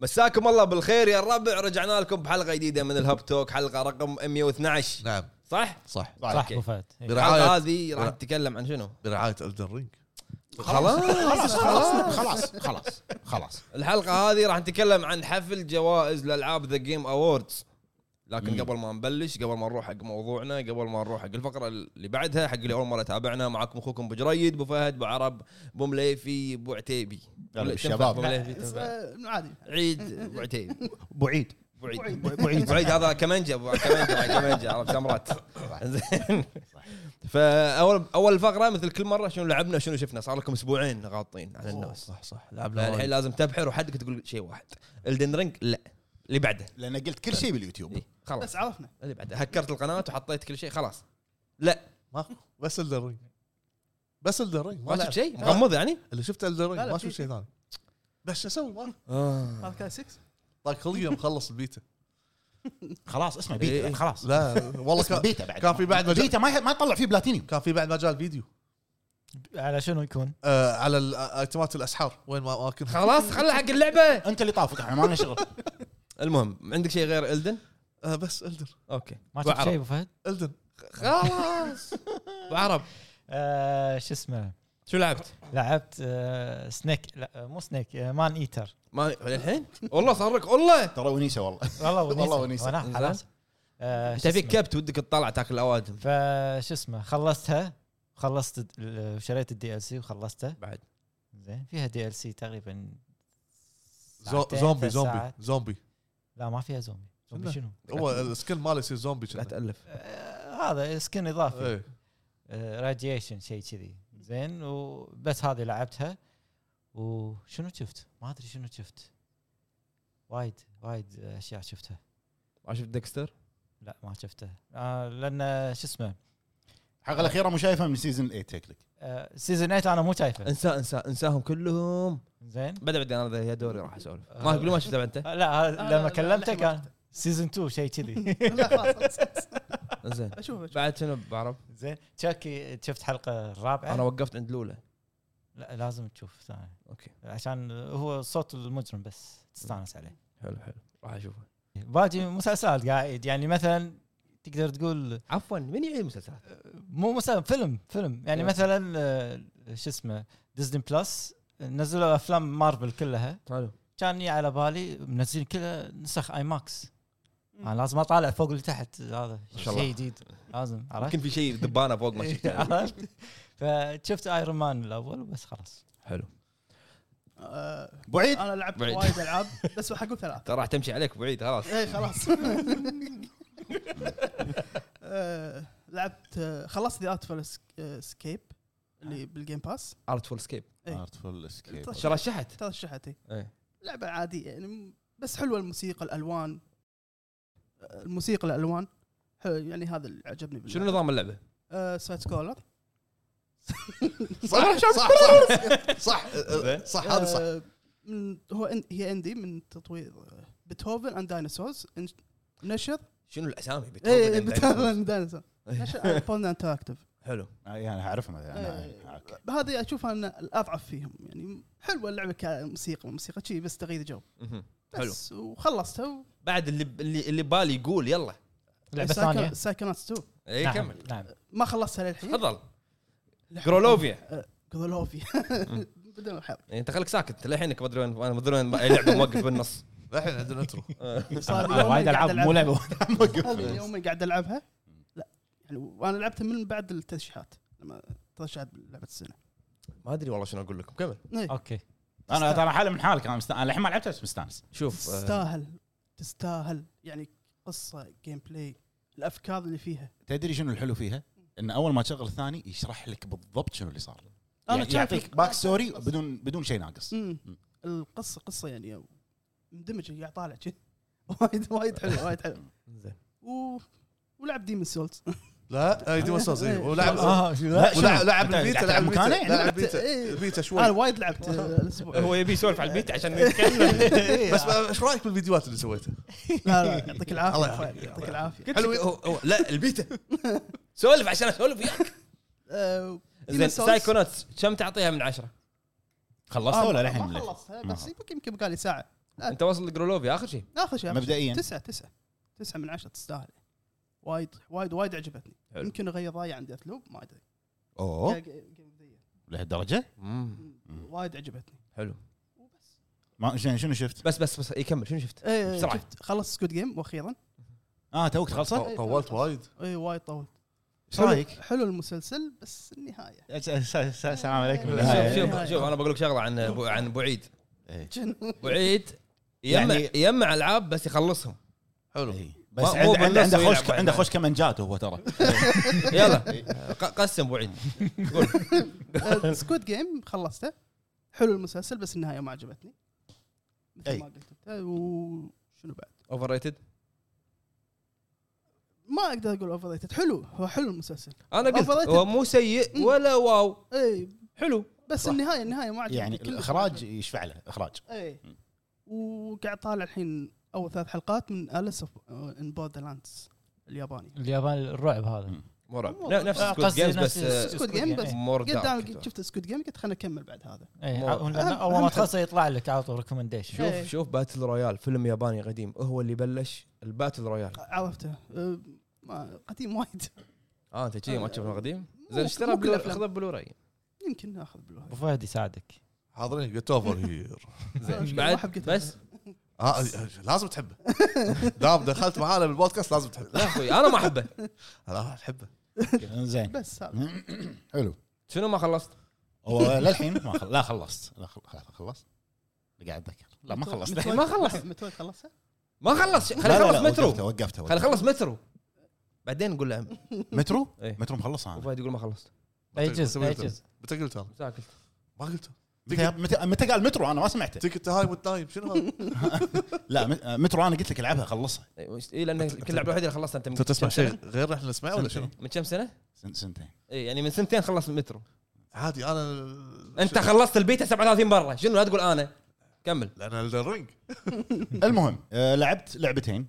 مساكم الله بالخير يا الربع. رجعنا لكم بحلقه جديده من الهاب توك، حلقه رقم 112. نعم صح ابو فهد. الحلقه هذه راح نتكلم عن شنو؟ برعاية ألدن رينج. خلاص الحلقه هذه راح نتكلم عن حفل جوائز الالعاب ذا جيم اووردز. لكن قبل ما نبلش، قبل ما نروح حق موضوعنا، قبل ما نروح حق الفقره اللي بعدها، حق اللي اول مره تابعنا، معكم اخوكم ابو جريد، ابو فهد، ابو عرب، ابو مليفي، ابو عتيبي. الشباب عادي عيد ابو عتيبي، بعيد بعيد هذا كمانجا عرب سمرات. زين. فاول فقره مثل كل مره شنو لعبنا شنو شفنا. صار لكم اسبوعين غاطين على الناس. صح لعبنا. الحين لازم تبحر وحدك تقول شيء واحد. الدن رينج لا، اللي بعده، لان قلت كل شيء باليوتيوب. إيه. خلاص بس عرفنا اللي بعده. هكرت القناه وحطيت كل شيء خلاص. لا ماكو بس ألدن رينج. بس ألدن رينج ما شفت شيء مغمض يعني. اللي شفت ألدن رينج لا، ما في شفت شيء ثاني. بس شو اسوي ما هذا كان 6 طاق خليه مخلص البيتا. خلاص اسمه بيتا. إيه. خلاص لا والله اسمه بيتا بعد. كان في بعد مجال، بيتا ما يطلع فيه بلاتينيوم. كان في بعد مجال فيديو على شنو يكون؟ على الايتمات الاسحار وين ما اماكن. خلاص خلى حق اللعبه. انت اللي طافك، احنا ما لنا شغل. المهم عندك شيء غير الدن؟ بس ألدن. اوكي ما شفت شيء ابو فهد؟ ألدن خلاص. بعرب شو اسمه؟ شو لعبت؟ لعبت سنيك. لا مو سنيك، مان ايتر. ما الحين والله صار لك والله ترى ونيسه والله. والله ونيسه. خلاص. انت فيك كبت ودك تطلع تاكل الاوادم. فشو اسمه خلصتها، خلصت وشريت الدي ال سي وخلصته بعد. زين فيها دي ال سي تقريبا زومبي. لا ما فيها زومبي. شنو هو السكن ماله يصير زومبي. لا تالف. هذا سكن اضافي. ايه راديشن شيء كذي. زين وبس هذه لعبتها. وشنو شفت؟ ما ادري شنو شفت. وايد اشياء شفتها. ما شفت ديكستر؟ لا ما شفته. لان شو اسمه الحلقه الاخيره مو شايفها من سيزون 8 شكلك. سيزون 8 انا مو شايفه. انساهم كلهم. زين بعدين انا يا دوري راح اسولف. ما تقول ما شفته انت؟ لا لما كلمته كان سيزون 2 شيء كذي. لا خلاص زين اشوف بعد شنو بعرف. زين تشاكي شفت حلقه الرابعه. انا وقفت عند الاولى. لا لازم تشوف ثاني. اوكي عشان هو صوت المجرم بس تستانس عليه. حلو راح اشوفه. باجي مسلسلات قاعد يعني مثلا تقدر تقول عفوا من يعيد مسلسلات؟ مو مسلسل فيلم يعني مثلا شو اسمه ديزني بلس نزلوا افلام مارفل كلها. حلو. كان على بالي منزلين كلها نسخ اي ماكس. انا لازم اطالع فوق لتحت. هذا شيء جديد لازم. عرفت يمكن في شيء ذبانه فوق ما شفته. فشفت ايرون مان الاول بس خلاص. حلو. بعيد. انا لعبت وايد العاب بس حقول 3. ترى راح تمشي عليك بعيد خلاص. اي خلاص. لعبت خلصت ذا ارتفول اسكيب اللي بالجيم باس. ارتفول سكيب. ارتفول اسكيب شرشحت ترشحتي. ايه لعبه عاديه يعني بس حلوه. الموسيقى الالوان يعني هذا اللي عجبني باللعبة. شنو نظام اللعبه؟ سايد سكولر. صح هذا صح. هي اندي من تطوير بيتهوفن اند دايناصورز. نشر شنو الاسامي؟ بيتهوفن اند دايناصور. نشر بولن انتراكتيف. حلو. يعني اعرفهم هذه اشوفها ان الاضعف فيهم. يعني حلوه اللعبه كموسيقى شيء بس تغيير جو. حلو. وخلصتها بعد اللي بالي يقول يلا لعبه ثانيه سايكوناتس 2. اي نعم. كمل. نعم ما خلصتها للحين. تفضل. جرولوفيا بدون حرب. انت خليك ساكت للحين. ما ادري وين انا مدري وين لعبه موقف بالنص. الحين عندنا انترو. وايد العاب مو لعبه. يومي قاعد العبها. لا يعني وانا لعبتها من بعد الترشيحات لما ترشحت لعبه السنه. ما ادري والله شنو اقول لكم. كمل. اوكي انا ترى حالي من حالك. انا الحين ما لعبتها بس مستانس. شوف تستاهل يعني قصه جيم بلاي الافكار اللي فيها. تدري شنو الحلو فيها؟ ان اول ما تشغل الثاني يشرح لك بالضبط شنو اللي صار. انا يعني يعطيك باك ستوري بدون شيء ناقص. القصه يعني مندمجه. قاعد طالع شيء وايد حلو. زين. ولعب ديمون سولز. لا دي مصاص. ولعب لعب البيتا. لعب البيتا شوي. انا وايد لعبت الاسبوع. هو يبي يسولف على البيت عشان نتكلم. بس ايش رايك بالفيديوهات اللي سويتها؟ لا يعطيك العافيه. يعطيك العافيه. حلو. لا البيتا سولف عشان اسولف وياك. زين سايكوناتس كم تعطيها من 10؟ خلصت ولا الحين؟ ما خلصتها بس يمكن بقالي ساعه. انت واصل لجرولوفيا اخر شيء. اخر شيء مبدئياً. 9 من 10 تستاهل. وايد عجبتني. حلو. يمكن اغير رايي عن ديث لوب ما ادري. اوه لهالدرجه وايد عجبتني. حلو. ما شنو شفت؟ بس يكمل شنو شفت؟ بسرعة. شفت خلص سكوت جيم واخيرا. توك خلصت؟ طولت وايد. اي وايد طولت. ايش رايك؟ حلو المسلسل بس النهايه. السلام عليكم. شوف انا بقول لك شغله عن ابو عيد. شنو؟ ابو عيد يعني- يجمع العاب بس يخلصهم. حلو. بس مو بالنص عنده ويلعب خوش عنده خوش كمانجات هو ترى. يلا قسم ابو عيد. سكوت جيم خلصته. حلو المسلسل بس النهايه ما عجبتني. مثل أي. ما قلت انت. وشنو بعد؟ اوفر ريتد. ما اقدر اقول اوفر ريتد. حلو هو حلو المسلسل. انا قلت overrated. هو مو سيء ولا واو. اي حلو. بس صح. النهايه ما عجبتني. يعني كلش الاخراج يشفع له اخراج. اي. وقاعد طالع الحين اول 3 حلقات من أليس ان بوردرلاندز الياباني. اليابان الرعب هذا. مو رعب. مو- نفس سكوت قصدي جيمز نفس بس سكوت جيم بس. مور قد دارك. شفت سكوت جيم قلت خلينا نكمل بعد هذا. اول ما تخلص يطلع لك على طول ريكومنديشن. شوف باتل رويال فيلم ياباني قديم هو اللي بلش الباتل رويال. عرفته. قديم وايد. انت شي ما تشوفه قديم؟ مو- زين اشترى مو كل الأفلام. خذ بلوراي. يمكن ناخذ بلوها. ابو فهد يساعدك. حاضرين جيت اوفر هير. زين بعد بس لازم تحبه. دام دخلت معانا بالبودكاست لازم تحبه. لا اخوي انا ما احبه. لا احبه. زين بس هذا. حلو. شنو ما خلصت؟ هو للحين لا خلصت. خلصت. قاعد اتذكر. لا ما خلصت. ما خلص. مترويد خلصها؟ ما خلص. خلي لا، يخلص مترو. وقفته. خلي يخلص مترو بعدين نقول له. مترو؟ إيه. مترو مخلص انا. وفايد يقول ما خلصت. اي جزء متى قلت هذا؟ ساكت. ما قلته. متى قال مترو انا ما سمعته. تيكت هاي والتايم شنو هذا؟ لا مترو انا قلت لك العبها خلصها. اي لان كل اللعبه الوحيده اللي خلصتها انت انت تسمع شيء غير احنا نسمعه ولا شنو؟ من كم سنه؟ سنتين. اي يعني من سنتين خلص المترو. عادي انا انت خلصت البيتا 37 برا شنو لا تقول انا كمل. لان الرينج. المهم لعبت لعبتين.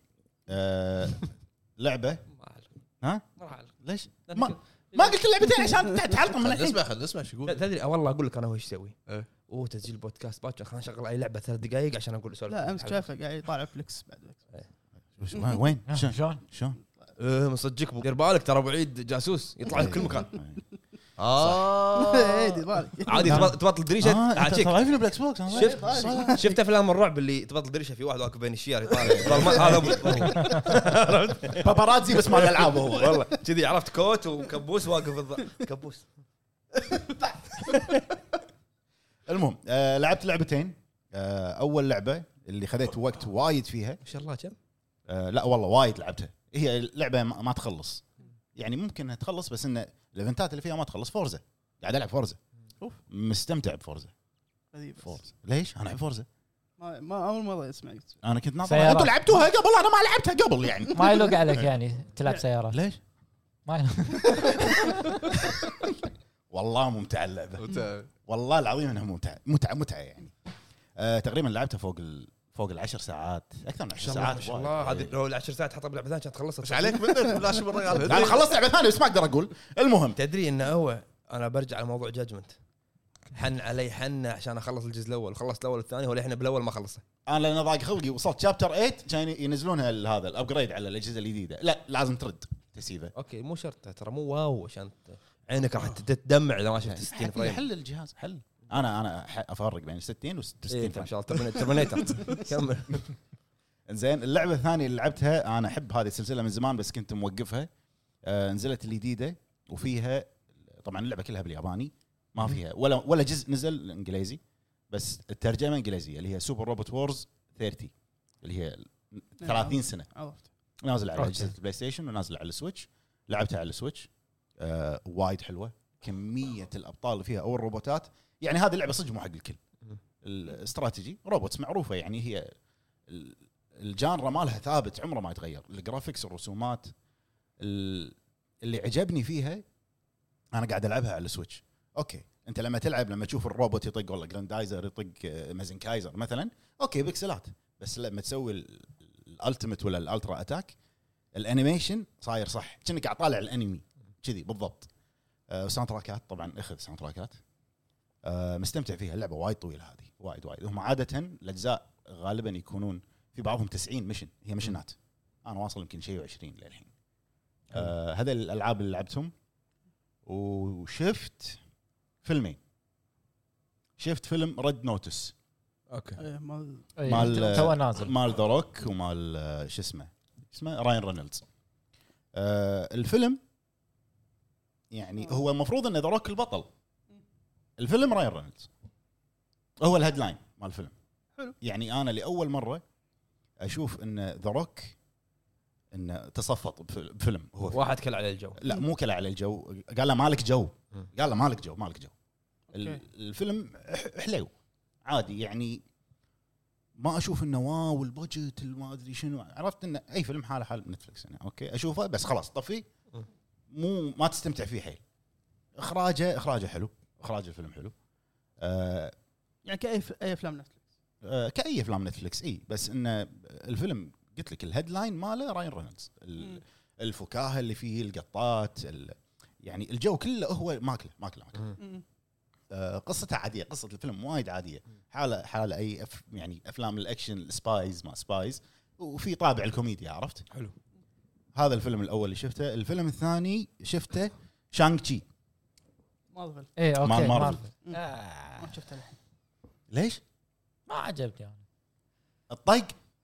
لعبه ها ما راح أعلق. ليش لا ما قلت اللعبتين عشان تحلطم من الحين. خلينا نسمع شو يقول. تدري والله اقول لك انا هو ايش يسوي. إيه. تسجيل بودكاست باكر خلينا نشغل اي لعبه 3 دقائق عشان اقول سولف. لا امس شايفه قاعد يطالع فليكس بعد. وين شلون؟ شلون مصدقك دير بالك ترى ابو عيد جاسوس يطلع لك كل مكان. ايدي بالك. عادي تبطل دريشه عاد شيك. طالعين بالاكس بوكس شفت افلام الرعب اللي تبطل دريشه في واحد واقف بين الشيار يطالع هذا باباراتزي بس مال الالعاب هو. والله كذي عرفت كوت وكبوس واقف كبوس. المهم لعبت لعبتين. اول لعبه اللي خذيت وقت وايد فيها. ما شاء الله كم. لا والله وايد لعبتها. هي لعبه ما تخلص يعني ممكن انها تخلص بس ان الايفنتات اللي فيها ما تخلص. فورزا قاعد العب فورزا. مستمتع بفورزا. فورزا ليش انا العب فورزا. ما اول مره اسمع. انا كنت ناطر سيارات. انتوا لعبتوها قبل انا ما لعبتها قبل يعني. ما يلوق عليك يعني تلعب سيارات. ليش ما يلوق. والله ممتعه اللعبه والله العظيم انها متعه يعني. تقريبا لعبتها فوق 10 ساعات اكثر من 10 ساعات. ما شاء الله هذه لو 10 ساعات تحطها بلعبه ثانيه كانت خلصت. ايش عليك منك ولا شو بالرجال. انا خلصت لعبه ثانيه بس ما اقدر اقول. المهم تدري انه هو انا برجع لموضوع جاجمنت حن علي حنه عشان اخلص الجزء الاول خلصت الاول والثاني هو لحنا بالاول ما خلصه. انا لان ضاق خلقي وصلت شابتر 8 كان ينزلونها هذا الابجريد على الاجهزه الجديده. لا لازم ترد تسيبه. اوكي مو شرط ترى مو واو عشان عينك راح تتدمع اذا ما شفت 60 فريم. حل الجهاز حل. انا افرق بين 60 و 60 انت ان شاء الله ترمينيتر كمل. زين اللعبه الثانيه اللي لعبتها انا احب هذه السلسله من زمان بس كنت موقفها. نزلت الجديده وفيها طبعا اللعبه كلها بالياباني ما فيها ولا جزء نزل انجليزي بس الترجمه انجليزيه اللي هي سوبر روبوت وورز 30 اللي هي 30 سنه. عرفت. نازل على اجهزه البلاي ستيشن ونازل على السويتش. لعبتها على السويتش. وايد حلوه كميه الابطال اللي فيها او الروبوتات يعني هذه اللعبه صدق مو حق الكل. الاستراتيجي روبوتس معروفه يعني هي الجانرا مالها ثابت عمره ما يتغير. الجرافيكس الرسومات اللي عجبني فيها انا قاعد العبها على السويتش. اوكي انت لما تلعب لما تشوف الروبوت يطق ولا جراندايزر يطق مازنكايزر مثلا اوكي بكسلات بس لما تسوي الالتيميت ولا الالترا اتاك الانيميشن صاير صح كأنك قاعد طالع الانمي كذي بالضبط. ساوند تراكات طبعا اخذ ساوند تراكات. مستمتع فيها. اللعبه وايد طويله هذه وايد هم عاده الاجزاء غالبا يكونون في بعضهم 90 ميشن، هي ميشنات. انا واصل يمكن شيء 20 للحين. هذا الالعاب اللي لعبتهم. وشفت فيلمين. شفت فيلم ريد نوتس اوكي. مال تو نازل. مال ذا روك ومال شو اسمه راين رينولدز. الفيلم يعني هو المفروض ان ذا روك البطل، الفيلم راين رينولدز هو الهيدلاين مال الفيلم. حلو. يعني انا لاول مره اشوف ان ذا روك انه تصفط بفيلم. هو واحد كل على الجو. لا مو كلا على الجو، قال له مالك جو، قال له مالك جو. الفيلم حلو عادي يعني، ما اشوف انه واو البادجت ما ادري شنو. عرفت انه اي فيلم حاله حال نتفلكس يعني اوكي اشوفه بس خلاص طفي، مو ما تستمتع فيه حيل. اخراجه حلو، اخراج الفيلم حلو. يعني كأي افلام نتفلكس. كأي افلام نتفلكس اي، بس انه الفيلم قلت لك الهيدلاين ماله راين رينولدز، الفكاهه اللي فيه، القطات، يعني الجو كله هو ماكله. قصتها عاديه، قصه الفيلم وايد عاديه، حاله اي يعني افلام الاكشن السبايز ما سبايز، وفي طابع الكوميديا. عرفت؟ حلو. هذا الفيلم الاول اللي شفته. الفيلم الثاني شفته شانغ تشي. مارفل. اي اوكي مال مارفل. مارفل. ما شفته الحين. ليش؟ ما عجبني انا. الطق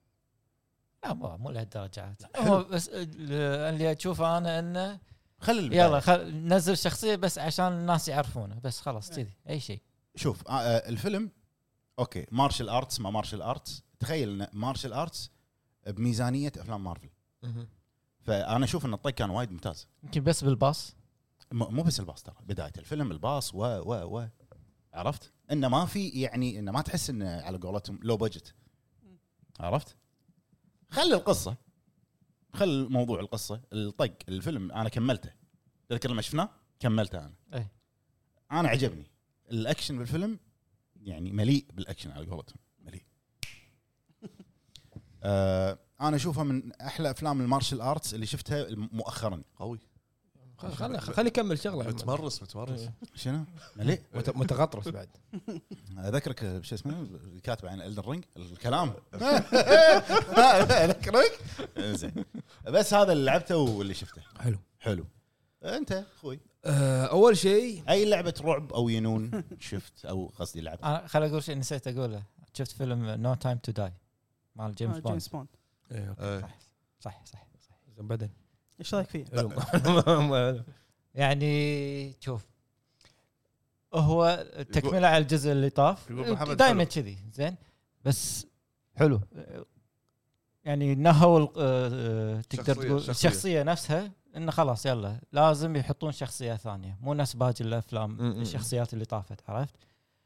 لا مو لهالدرجات. هو بس اللي اشوفه انا انه خلي يلا نزل شخصيه بس عشان الناس يعرفونه بس خلاص كذي اي شيء. شوف الفيلم اوكي مارشال ارتس ما مارشال ارتس، تخيل ان مارشال ارتس بميزانيه افلام مارفل. فانا اشوف ان الطق كان وايد ممتاز. يمكن بس بالباص، مو بس الباص، ترى بدايه الفيلم الباص و عرفت انه ما في يعني انه ما تحس انه على قولتهم لو بادجت. عرفت؟ خلي القصه، خل موضوع القصه. الطق الفيلم انا كملته، تذكر لما شفناه كملته انا. أي. انا عجبني الاكشن بالفيلم، يعني مليء بالاكشن على قولتهم، مليء. انا اشوفها من احلى افلام المارشال ارتس اللي شفتها مؤخرا. قوي. خلي يكمل شغله. متمرس شنو مليء متغطرس بعد. اذكرك شو اسمه كاتب عن الدن رينج الكلام. اذكرك زين. بس هذا اللي لعبته واللي شفته حلو. انت اخوي اول شيء اي لعبه رعب او ينون شفت او قصدي لعبت؟ انا خل اقول شيء نسيت اقوله. شفت فيلم نو تايم تو داي مال جيمس بوند. صح بعدين ايش رايك فيه؟ يعني شوف هو تكمله على الجزء اللي طاف دائما كذي زين، بس حلو يعني نهوا تقدر تقول الشخصيه نفسها انه خلاص يلا لازم يحطون شخصيه ثانيه مو نفس باقي الافلام الشخصيات اللي طافت. عرفت؟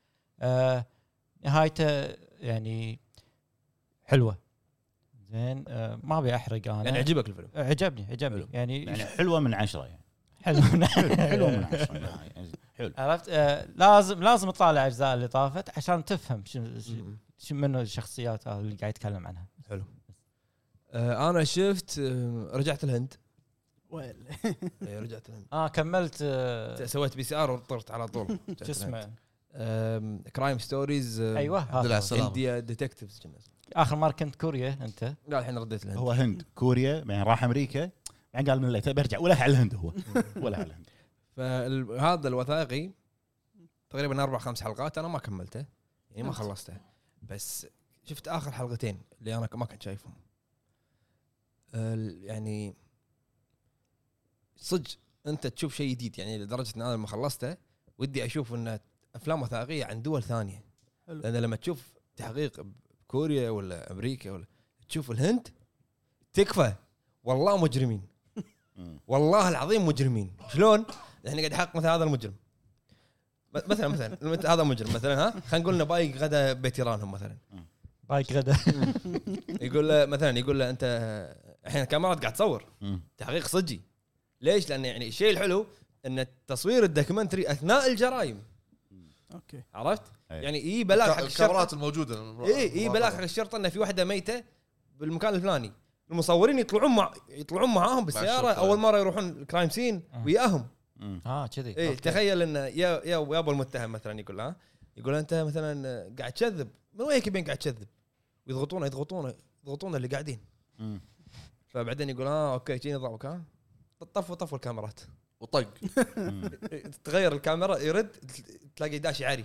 نهايته يعني حلوه زين. ما ابي احرق انا. يعني عجبك الفيلم؟ عجبني يعني حلوه من 10 يعني. حلوه من 10 حلو. عرفت؟ لازم تطالع الاجزاء اللي طافت عشان تفهم شو منو الشخصيات اللي قاعد يتكلم عنها. حلو. انا شفت رجعت الهند. وين؟ رجعت الهند. كملت. سويت بي سي ار وطرت على طول. شو اسمه؟ كرايم ستوريز. ايوه هندية ديتكتيفز. اخر مره كنت كوريا انت؟ لا الحين رديت الهند. هو هند كوريا يعني راح امريكا يعني قال من اللي برجع ولا على الهند هو ولا على الهند. فهذا الوثائقي تقريبا 4-5 حلقات انا ما كملته يعني ما خلصته، بس شفت اخر حلقتين اللي انا ما كنت شايفهم. يعني صدق انت تشوف شيء جديد يعني لدرجه ان انا لما خلصته ودي اشوف ان افلام وثائقيه عن دول ثانيه. لان لما تشوف تحقيق بكوريا ولا امريكا ولا تشوف الهند تكفى والله مجرمين. والله العظيم مجرمين. شلون احنا قاعد نحقق مثلا هذا المجرم مثلا هذا مجرم مثلا ها خلينا نقول لنا بايق غدا بيتيرانهم مثلا بايق غدا يقول له مثلا يقول له انت الحين كاميرات قاعد تصور تحقيق صجي. ليش؟ لان يعني الشيء الحلو ان تصوير الدوكيومنتري اثناء الجرائم. اوكي عرفت؟ يعني بلاغ حق الكاميرات الموجوده بلاغ حق الشرطه ان في واحده ميته بالمكان الفلاني. المصورين يطلعون معاهم بالسياره اول مره يروحون الكرايم سين وياهم. كذي. تخيل ان يا ابو المتهم مثلا يقول انت مثلا قاعد تكذب من وين يبين قاعد تكذب ويضغطون اللي قاعدين. فبعدين يقول اوكي شي نظامك ها طفوا الكاميرات وطق تغير الكاميرا يرد تلاقي داش عاري.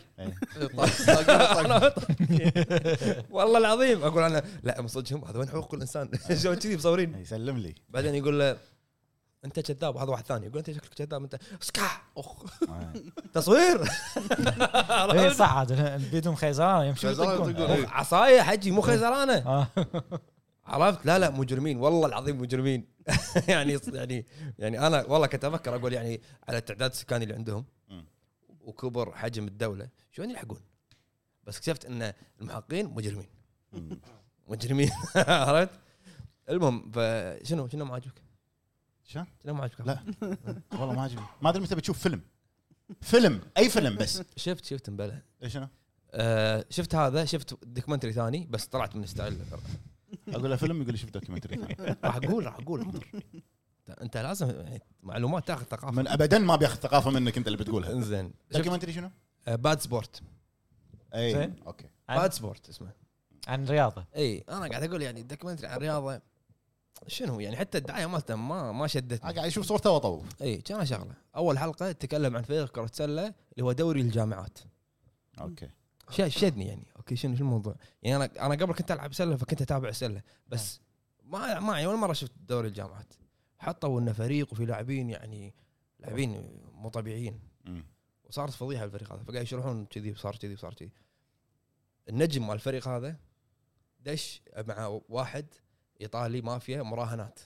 والله العظيم اقول انا لا مصدقهم هذا وين حقوق الانسان شلون كذي مصورين. يسلم لي. بعدين يقول له انت كذاب. هذا واحد ثاني يقول انت شكلك كذاب انت سكا تصوير اي صعد بدون خيزران يمشي عصايه حجي مو خيزرانه. عرفت لا مجرمين والله العظيم مجرمين. يعني انا والله كنت افكر اقول يعني على التعداد السكاني اللي عندهم وكبر حجم الدوله شلون يلحقون. بس اكتشفت ان المحققين مجرمين عرفت. المهم فشنو ما عجبك؟ شنو ما عجبك؟ لا والله ما عجبني. ما ادري متى بتشوف فيلم اي فيلم بس شفت مبلى شنو شفت هذا شفت دوكيومنتري ثاني بس طلعت من ستايل. اقول له فيلم يقول لي شوف دوكيومنتري ثاني. راح اقول انت لازم يعني معلومات تاخذ ثقافه من ابدا ما بياخذ ثقافه منك انت اللي بتقولها. انزين دوكيومنتري شنو؟ باد سبورت. اي اوكي باد سبورت اسمه عن رياضه. اي انا قاعد اقول يعني دوكيومنتري عن رياضه شنو يعني حتى الدعايه مالته ما شدتني. قاعد اشوف صورته وطوف. اي كان شغله اول حلقه تتكلم عن فريق كره سله اللي هو دوري الجامعات. اوكي شدني يعني اوكي شنو الموضوع يعني انا قبل كنت العب سله فكنت اتابع سله بس ما ولا مره شفت دوري الجامعات. حطوا لنا فريق وفي لاعبين مو طبيعيين وصارت فضيحه الفريق هذا. فقاعد يشرحون كذي وصار كذي. النجم مال الفريق هذا دش مع واحد ايطالي مافيا مراهنات.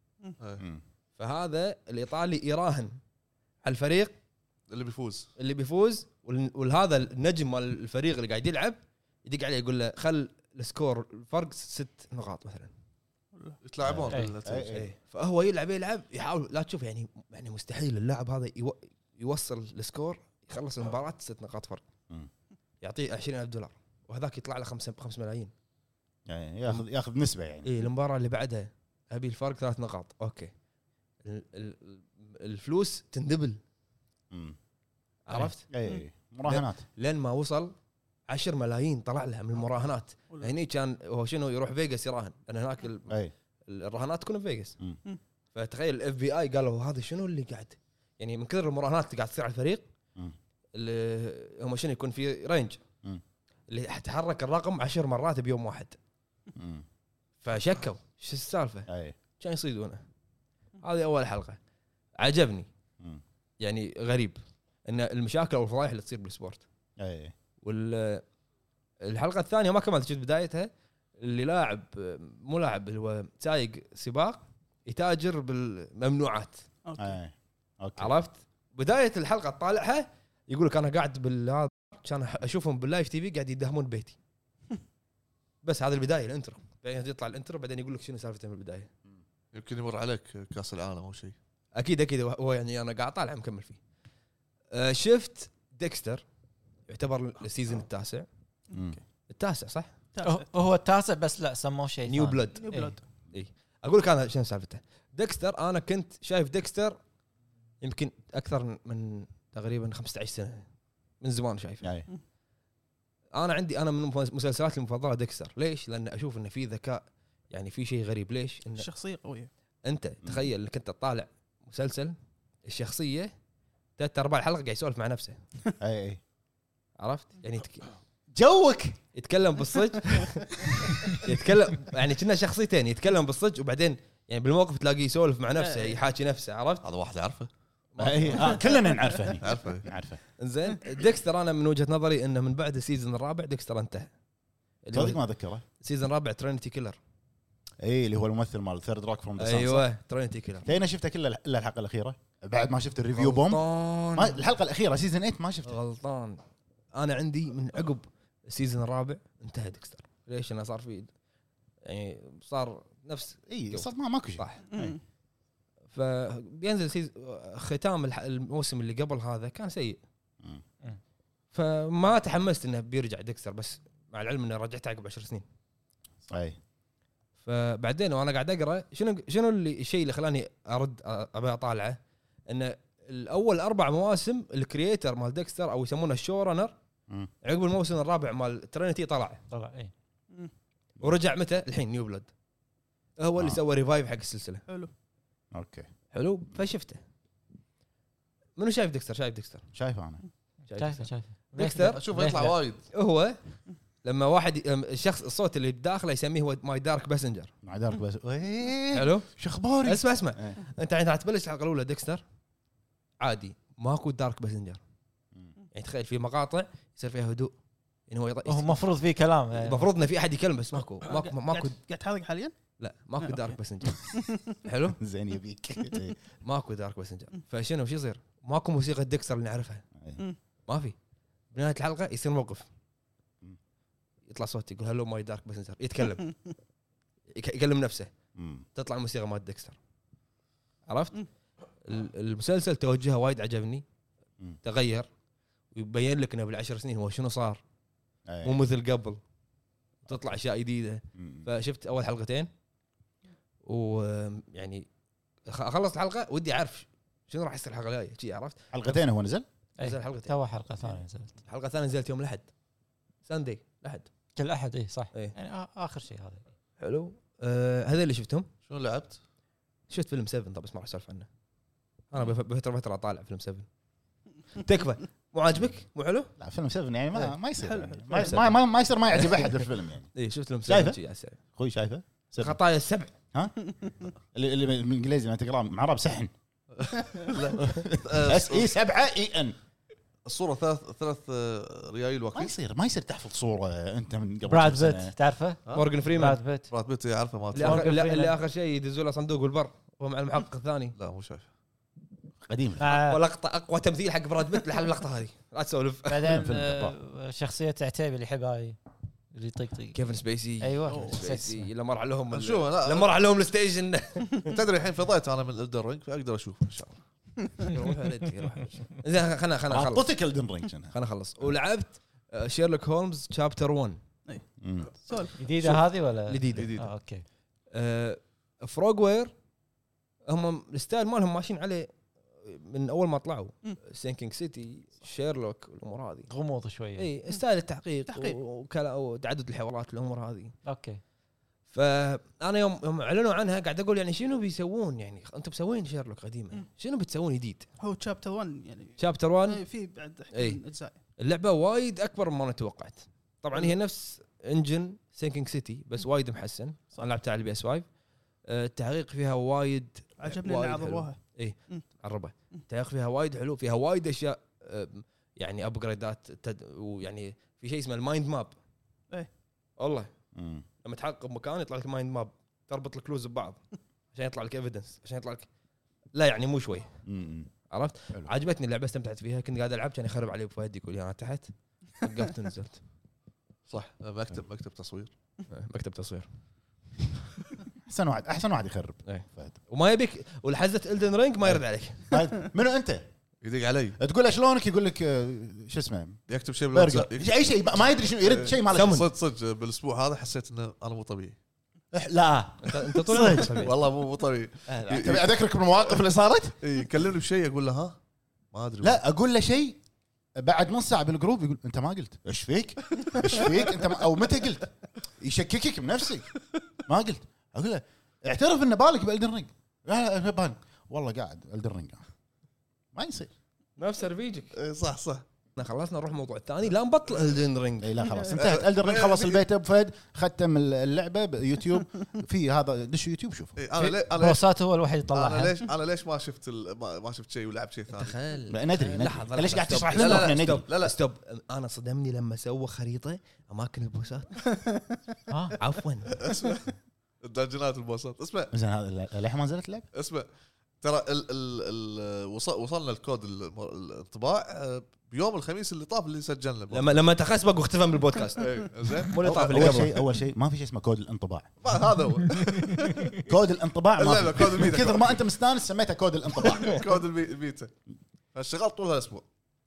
فهذا الايطالي يراهن على الفريق اللي بيفوز وهذا النجم مال الفريق اللي قاعد يلعب يدق عليه يقول له خل السكور الفرق 6 نقاط مثلا يتلاعبون. فهو يلعب يحاول لا تشوف يعني مستحيل اللاعب هذا يوصل السكور يخلص المباراة 6 نقاط فرق. يعطيه $20,000 وهذاك يطلع له 5 ملايين يعني ياخذ نسبة يعني. ايه المباراة اللي بعدها ابي الفرق 3 نقاط اوكي الفلوس تندبل. عرفت؟ اي مراهنات لين ما وصل 10 ملايين طلع لها من المراهنات. هني كان هو شنو يروح فيغاس يراهن لان هناك الرهانات تكون في فيغاس. فتخيل الاف بي اي قالوا هذا شنو اللي قاعد يعني من كثر المراهنات اللي قاعد تصير على الفريق اللي هم شنو يكون في رينج اللي تحرك الرقم 10 مرات بيوم واحد. فشكوا شو السالفه كان يصيدونه. هذه اول حلقه عجبني يعني غريب ان المشاكل والفضايح اللي تصير بالسبورت. والحلقه الثانيه ما كملت شفت بدايتها اللي مو لاعب اللي هو سايق سباق يتاجر بالممنوعات. أوكي. عرفت بدايه الحلقه طالعها يقول لك انا قاعد بالهذا كان اشوفهم باللايف تي في قاعد يدهمون بيتي. بس هذا البدايه الانترو بعدين يطلع الانترو بعدين يقول لك شنو سالفته من البدايه. يمكن يمر عليك كاس العالم او شيء. اكيد هو يعني انا قاعد طالع مكمل فيه. شفت ديكستر يعتبر السيزون التاسع صح؟ هو التاسع بس لا سموه شيء نيو بلود. اي اقول لك انا شنو سالفته. ديكستر انا كنت شايف ديكستر يمكن اكثر من تقريبا 15 سنه من زمان شايفه. انا من مسلسلاتي المفضله ديكستر. ليش؟ لان اشوف انه في ذكاء يعني في شيء غريب. ليش؟ إن الشخصيه قويه. انت تخيل انك انت تطالع مسلسل الشخصيه 3/4 الحلقه قاعد يسولف مع نفسه. اي عرفت يعني جوك يتكلم بالصدق يتكلم يعني كنا شخصيتين يتكلم بالصدق وبعدين يعني بالموقف تلاقيه يسولف مع نفسه يحاكي نفسه. عرفت هذا واحد يعرفه كلنا نعرفه هني نعرفه. انزين ديكستر انا من وجهه نظري انه من بعد السيزون الرابع ديكستر انتهى. صدق ما اذكره السيزون الرابع ترينيتي كيلر. اللي هو الممثل مال ثيرد روك فروم ذا سانز. ايوه ترينيتي كيلر. انا شفته كله الا الحلقه الاخيره بعد ما شفت الريفيو بوم. الحلقه الاخيره سيزون 8 ما شفته. غلطان انا عندي من عقب السيزون الرابع انتهى ديكستر. ليش؟ انا صار في يعني صار نفس صار ماكو شيء صح. فبينزل ختام الموسم اللي قبل هذا كان سيء. فما تحمست انه بيرجع ديكستر بس مع العلم انه رجعت عقب 10 سنين. فبعدين وانا قاعد اقرا شنو الشيء اللي خلاني ارد ابي اطالعه ان الاول 4 مواسم الكرييتر مال ديكستر او يسمونه الشو رانر عقب الموسم الرابع مال ترينيتي طلع ورجع متى الحين نيو بلاد هو اللي سوى ريفايف حق السلسله. حلو. اوكي حلو فشفته. منو شايف ديكستر؟ شايف ديكستر؟ شايف انا شايفه ديكستر اشوفه يطلع وايد. هو لما واحد الشخص الصوت اللي بداخله يسميه هو ماي دارك باسنجر. مع دارك بس حلو شو اخباري. اسمع انت الحين تبلش الحلقه الاولى ديكستر عادي ماكو دارك باسنجر. يعني تخيل في مقاطع يصير فيها هدوء يعني هو هو المفروض فيه كلام المفروض انه في احد يكلم بس ماكو قاعد تحرق حاليا؟ لا ماكو دارك باسنجر. حلو زين يبيك ماكو دارك باسنجر. فشنو شو يصير؟ ماكو موسيقى ديكستر اللي نعرفها ما في. بنهايه الحلقه يصير موقف يطلع صوت يقول هلو ماي دارك باسنجر يتكلم يكلم نفسه تطلع الموسيقى مال ديكستر. عرفت؟ المسلسل توجهه وايد عجبني تغير ويبين لك انه بالعشر سنين هو شنو صار مو مثل قبل تطلع اشياء جديده. فشفت اول حلقتين ويعني اخلص الحلقه ودي اعرف شنو راح يصير الحلقه الجايه شي. عرفت حلقتين هو نزل حلقتين تو حلقه ثانيه نزلت. الحلقه الثانيه نزلت يوم الاحد ساندي الاحد كل احد اي صح إيه. يعني اخر شيء هذا حلو. هذا اللي شفتهم. شنو لعبت؟ شفت فيلم 7 طب بس ما راح اسولف عنه. انا بفتره طالع فيلم 7 تكفى. مو عاجبك؟ مو حلو؟ لا فيلم 7 يعني ما يصير حلو. يعني ما يصير ما يعجب احد الفيلم يعني. اي شفت فيلم 7 شايفه؟ اخوي شايفه خطايا السبع ها اللي بالانجليزي ما تقراه معرب سحن اس اي 7 اي ان. الصوره ثلاث ريايل وكيل. ما يصير تحفظ صوره انت من قبل. براد بيت تعرفه؟ مورغان فريمان. براد بيت يعرفه ما اللي اخر شيء يدزوا له صندوق بالبر وهو مع المحقق الثاني. لا مو شايف قديم. ولقطه اقوى تمثيل حق براد بيت لحل اللقطه هذه لا تسولف. بعدين شخصيه عتيبي اللي يحبها اللي يطقطق كيفن سبيسي. ايوه سبيسي لما راح لهم لما راح لهم الستيشن. تدري الحين فضيت انا من الدر رينج فاقدر اشوف ان شاء الله. زين خلنا نخلص. اعطيتك الدن رينج خلنا نخلص. ولعبت شيرلوك هولمز شابتر 1. سولف جديده هذه ولا جديده؟ اوكي. فروغوير هم الستايل مالهم ماشيين عليه من اول ما طلعوا. سينكينج سيتي شيرلوك والامور هذه غموض شويه. اي ستايل التحقيق وتعدد الحوارات الامور هذه. اوكي. فانا يوم اعلنوا عنها قاعد اقول يعني شنو بيسوون يعني انتم مسوين شيرلوك قديمه شنو بتسوون جديد؟ هو شابتر 1 يعني شابتر 1 في بعد اجزاء. اللعبه وايد اكبر مما انا توقعت. طبعا هي نفس انجن سينكينج سيتي بس وايد محسن. انا لعبتها على البي اس 5. التحقيق فيها وايد عجبني اللي عربوها. اي عربه التحقيق فيها وايد حلو. فيها وايد اشياء يعني ابجريدات ويعني في شيء اسمه المايند ماب. ايه والله لما تحقق بمكان يطلع لك مايند ماب تربط الكلوز ببعض عشان يطلع لك ايفيدنس عشان يطلع لك لا يعني مو شوي. عرفت؟ عجبتني اللعبه استمتعت فيها. كنت قاعد العب كان يخرب علي بفهد يقول انا تحت وقفت ونزلت. صح مكتب تصوير. مكتب تصوير احسن واحد يخرب. وما يبيك ولحزه إلدن رينج ما يرد عليك. منو انت؟ يدق علي تقول له شلونك يقول لك شو اسمه يكتب شيء اي شيء ما يدري شنو يرد شيء ماله. صدق بالاسبوع هذا حسيت انه انا مو طبيعي. لا انت طول والله مو طبيعي. تبي اذكرك بالمواقف اللي صارت. يكلمني بشيء اقول له ها ما ادري. لا اقول له شيء بعد نص ساعه بالجروب يقول انت ما قلت ايش فيك انت او متى قلت يشككك بنفسك ما قلت. اقول له اعترف ان بالك بالدن رينج. لا بان والله قاعد الدن رينج ما يصير نفس رفيجك. صح خلصنا نروح موضوع الثاني لا نبطل إلدن رينج. لا خلاص انتهت الدن رينج. خلص البيت ابو فهد ختم اللعبه بيوتيوب في هذا دش يوتيوب شوف. انا بوسات هو الوحيد يطلعها. انا ليش ما شفت ما شفت شيء ولعبت شيء ثاني. تخيل ندري ليش قاعد تشرح لنا احنا ندري. لا ستوب. انا صدمني لما سوى خريطه اماكن البوسات. عفوا الدنجنات البوسات. اسمع زين هذا ليه ما نزلت اللعبه. اسمع ترى وصلنا الكود الانطباع بيوم الخميس اللي طاف اللي سجلنا لما تخسبق واختفى من البودكاست. زين مو اللي طاف اللي قبل. اول شيء ما في شيء اسمه كود الانطباع. هذا هو كود الانطباع ما كود البيتا. كثر ما انت مستانس سميته كود الانطباع. كود البيتا. فاشتغلت طول هالاسبوع.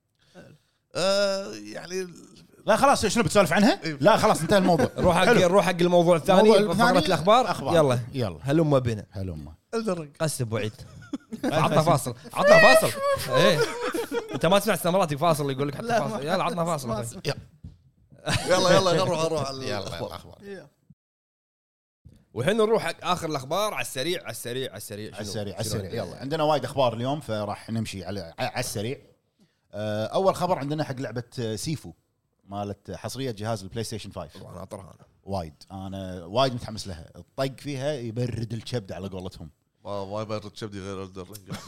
يعني لا خلاص شنو بتسولف عنها؟ لا خلاص انتهى الموضوع. روح حق الموضوع الثاني فقرة الاخبار. يلا هلم بنا قسب وعيد. عطنا فاصل ايه انت ما تسمع استمراتي فاصل يقول لك حتى فاصل. يلا عطنا فاصل. يلا نروح على الاخبار. والحين نروح حق اخر الاخبار على السريع على السريع يلا عندنا وايد اخبار اليوم فراح نمشي على السريع. اول خبر عندنا حق لعبه سيفو مالت حصريه جهاز البلاي ستيشن 5. انا اطرها انا وايد متحمس لها. الطق فيها يبرد الكبد على قولتهم. ما يبرد كبدي غير الدر رينج.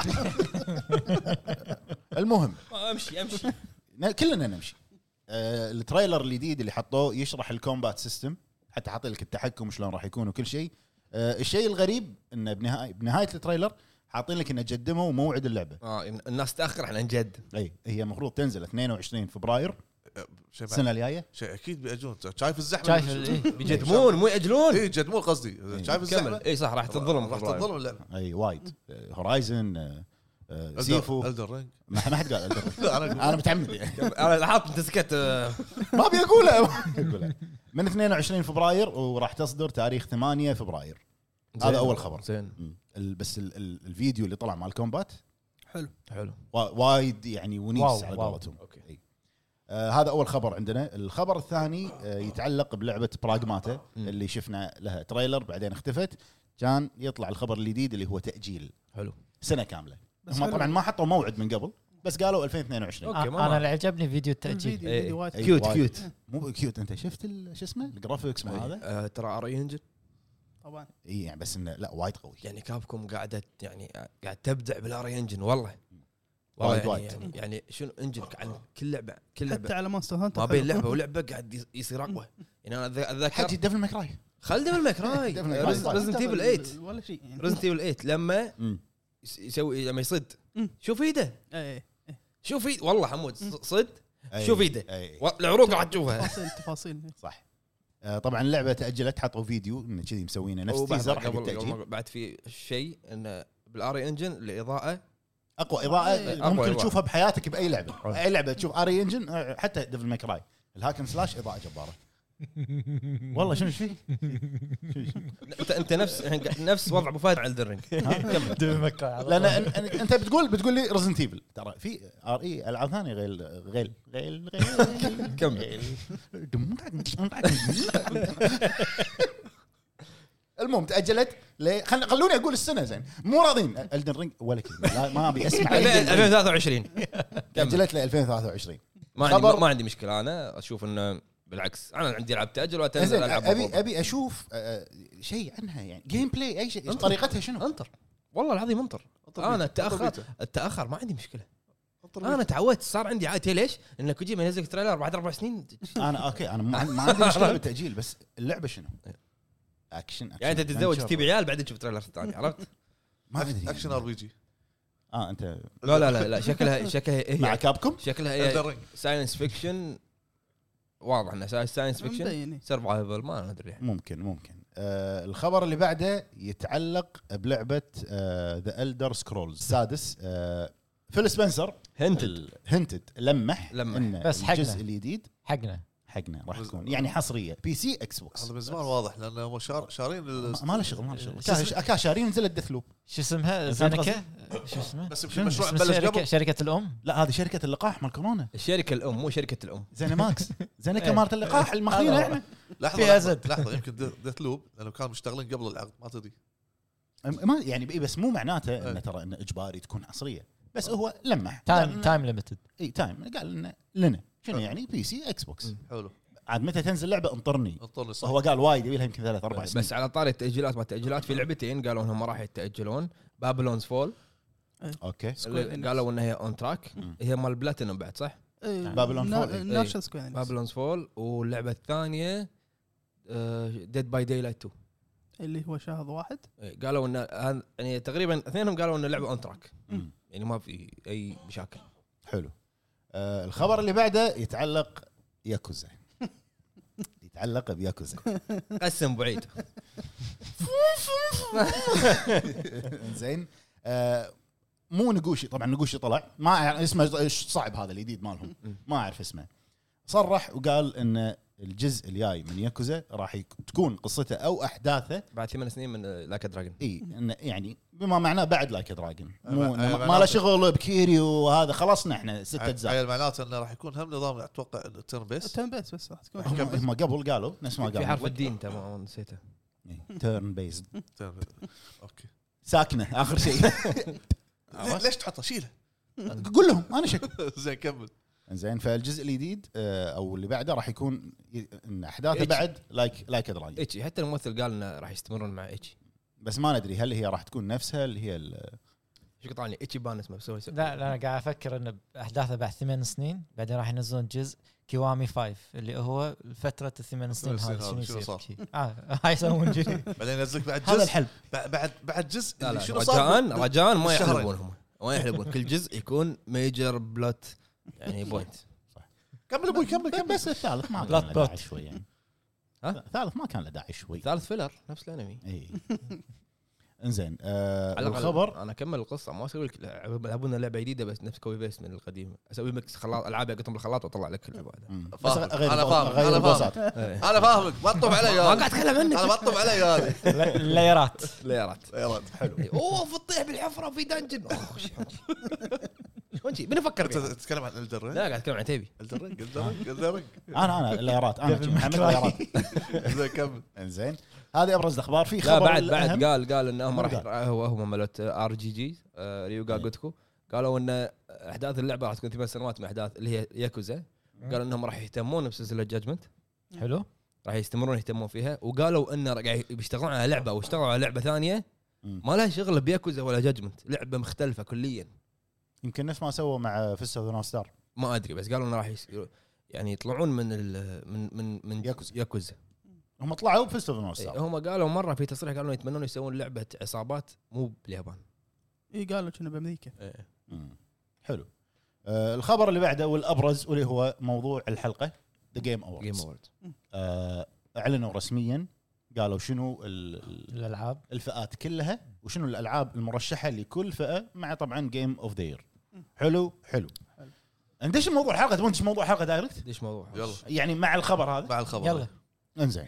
المهم امشي كلنا نمشي. التريلر الجديد اللي حطوه يشرح الكومبات سيستم، حتى حاط لك التحكم شلون راح يكون وكل شيء. الشيء الغريب انه بنهايه التريلر حاطين لك انه جدموا موعد اللعبه. الناس تاخر احنا نجد. اي هي المفروض تنزل 22 فبراير السنه الجايه. شيء اكيد بيأجلون. شايف الزحمه بيجدمون مو ياجلون. اي يجدمون قصدي. شايف الزحمه. اي صح راح تظلم اللعبه. اي وايد. هورايزن سيفو الدر رينج ما حد قال انا متعمد يعني. انا حاط انت سكت ما ابي اقولها. من 22 فبراير وراح تصدر تاريخ 8 فبراير. هذا اول خبر. زين بس الفيديو اللي طلع مال الكومبات حلو وايد يعني ونيس على قولتهم. اوكي هذا اول خبر عندنا. الخبر الثاني يتعلق بلعبه براغماتا اللي شفنا لها تريلر بعدين اختفت. كان يطلع الخبر الجديد اللي هو تاجيل حلو سنه كامله. هم طبعا ما حطوا موعد من قبل بس قالوا 2022. انا اللي عجبني فيديو التاجيل. كيوت مو كيوت. انت شفت شو اسمه الجرافيكس مال هذا ترى ار انجن طبعا. اي يعني بس انه لا وايد قوي. يعني كابكم قاعده يعني قاعد تبدع بالار انجن والله يعني شنو انجن عن كل لعبه حتى على مونستر هانتر ما بين لعبه ولعبه قاعد يصير اقوى. يعني انا اتذكر حاجه ديفل ماكراي. خل ديفل ماكراي ريزنت ايفل 8 ولا شيء. ريزنت ايفل 8 لما يسوي لما يصد شوف ايده شوف ايده والله حمود صد شوف ايده العروق راح تشوفها تفاصيل صح. طبعا اللعبه تاجلت. حطوا فيديو انه كذي مسوينه نفس تيزر حق التاجيل. بعد في شيء انه بالار انجن الاضاءه اقوى اضاءه ممكن تشوفها بحياتك باي لعبه. اي لعبه تشوف ار انجن حتى ديفل ماكراي الهاكن سلاش اضاءه جباره والله. شنو فيه انت نفس وضع ابو فهد على الدرينج. ديفل ماكراي لان انت بتقول لي ريزنت ايفل ترى في ار اي العاب ثانيه غير كمل. المهم تاجلت خلوني اقول السنه زين. مو راضين الدن رينج ولا كلمه. ما ابي اسمع 2023 تاجلت ل 2023. ما عندي مشكله. انا اشوف انه بالعكس انا عندي العاب تاجل وتنزل العاب. ابي اشوف شيء عنها يعني جيم بلاي اي شيء طريقتها شنو. انطر والله العظيم انطر. انا التاخر ما عندي مشكله. انا تعودت صار عندي عادي. ليش؟ ان كوجيما ينزل تريلر بعد 4 سنين. انا اوكي انا ما عندي مشكله بالتاجيل بس اللعبه شنو اكشن يعني انت تتزوج تبي عيال بعدين تشوف تريلر ثاني. عرفت ما ادري اكشن ار بي جي. انت لا شكلها هي مع كابكم شكلها هي ساينس فيكشن. واضح انه ساينس فيكشن سرفايفل ما ندري. ممكن الخبر اللي بعده يتعلق بلعبه ذا إلدر سكرولز السادس. فيل سبنسر هنتد لمح بس الجزء الجديد حقنا راح تكون يعني حصريه بي سي اكس بوكس. هذا من زمان واضح لانه هم شارين ما له شغل شارين نزلت ديث لوب. شو اسمها زانكا شو اسمه بس المشروع بلش قبل. شركه الام. لا هذه شركه اللقاح مال كورونا. الشركه الام مو شركه الام. زينماكس زينكا مالت اللقاح المخينه احنا. لحظه يمكن ديث لوب لانه كانوا مشتغلين قبل العقد ما تدري. ما يعني بس مو معناته انه ترى انه اجباري تكون حصريه بس هو لمح تايم ليميتد. اي تايم قال لنا لنا شنو يعني بي سي اكس بوكس. حلو عاد متى تنزل لعبه انطرني صح. هو قال وايد يبي لها يمكن 3-4 سنين. بس على طاري التاجيلات ما التاجيلات في لعبتين قالوا انهم ما راح يتاجلون. بابلونز فول اوكي قالوا انها هي اون تراك. هي مال بلاتينوم بعد صح. بابلون فول بابلونز فول. واللعبه الثانيه ديد باي داي لايت 2 اللي هو شهر واحد. قالوا ان يعني تقريبا اثنينهم قالوا ان اللعبه اون تراك يعني ما في اي مشاكل. حلو. الخبر اللي بعده يتعلق ياكوزا. يتعلق بياكوزا. قسم بعيد. زين. مو نقوشي طبعا. نقوشي طلع ما اسمه صعب هذا الجديد مالهم ما اعرف اسمه. صرح وقال ان الجزء الجاي من ياكوزا راح تكون قصته او احداثه بعد 8 سنين من لايك دراجون. اي انه يعني بما معناه بعد لايك دراجون ما له شغل بكيريو وهذا خلصنا احنا 6 اجزاء. هي معناته انه راح يكون هم نظام اتوقع التيرن بيس بس راح تكون هم قبل قالوا نفس ما قالوا في حرف الدين انت ما نسيته. تيرن بيزد اوكي ساكنه اخر شيء. ليش تحطه شيله قول لهم انا شك. زين كمل. زين فالجزء الجديد او اللي بعده راح يكون ان احداثه بعد لايك دراجون. ايتشي حتى الممثل قال انه راح يستمرون مع ايتشي، بس ما ندري هل هي راح تكون نفسها اللي هي شو قطعني ايتشي بان اسمه بسوي لا انا قاعد افكر انه احداثه بعد 8 سنين بعدين راح ينزلون جزء كيوامي 5 اللي هو فتره ال8 سنين هذه شنو صار؟ يصير. هاي يسوون جدي. بعدين ينزلك بعد هذا جزء الحلب. بعد جزء لا لا شنو صار؟ رجاء ما بالشهرين. يحلبون هم ما يحلبون كل جزء يكون ميجر بلوت يعني بوينت. كمل ابوي كمل بس الثالث ما كان بلوت له بلوت. داعي شوي يعني. ها؟ الثالث ما كان له داعي شوي. ثالث فيلر نفس الانمي. اي انزين على الأقل الخبر انا اكمل القصه ما اسوي لك لعبونا لعبه جديده بس نفس كوبي بيست من القديم، اسوي ميكس خلاط العاب اقطهم بالخلاط واطلع لك اللعبه هذا. بس فاهم. غير أنا فاهم. غير أنا البوسات. انا فاهمك ما تطوف علي ما قاعد اتكلم عنك انا ما تطوف علي هذه الليرات. ليرات حلو. اوه تطيح بالحفره في دنجن شلون شي بنفكر فيها. تتكلم عن الدر لا قاعد اتكلم عن تيبي الدر انا الليرات انا محمد الليرات. زين كمل. انزين هذه ابرز الاخبار. في لا خبر بعد الأهم. قال انهم راح هم مالت ار جي جي ريوغا جوتكو قالوا ان احداث اللعبه راح تكون 8 سنوات من احداث اللي هي ياكوزا. قالوا انهم راح يهتمون بسلسله جاجمنت حلو. راح يستمرون يهتمون فيها، وقالوا ان قاعد بيشتغلون على لعبه او اشتغلوا على لعبه ثانيه ما لها شغل بياكوزا ولا جاجمنت، لعبه مختلفه كليا. يمكن نفس ما سووا مع فيست اوف ذا ستار. ما ادري بس قالوا انه راح يعني يطلعون من ياكوزا. هم طلعوا بفيست اوف ذا ستار. هم قالوا مره في تصريح قالوا يتمنون يسوون لعبه عصابات مو باليابان. اي قالوا كنا بامريكا. حلو. الخبر اللي بعده والابرز واللي هو موضوع الحلقه ذا جيم اووردز. اعلنوا رسميا قالوا شنو الالعاب الفئات كلها وشنو الالعاب المرشحه لكل فئه مع طبعا جيم اوف ذا يير. حلو. ندش موضوع الحلقه. تبون ندش موضوع الحلقه دايركت ليش موضوع يلا يعني مع الخبر هذا مع الخبر يلا. انزين.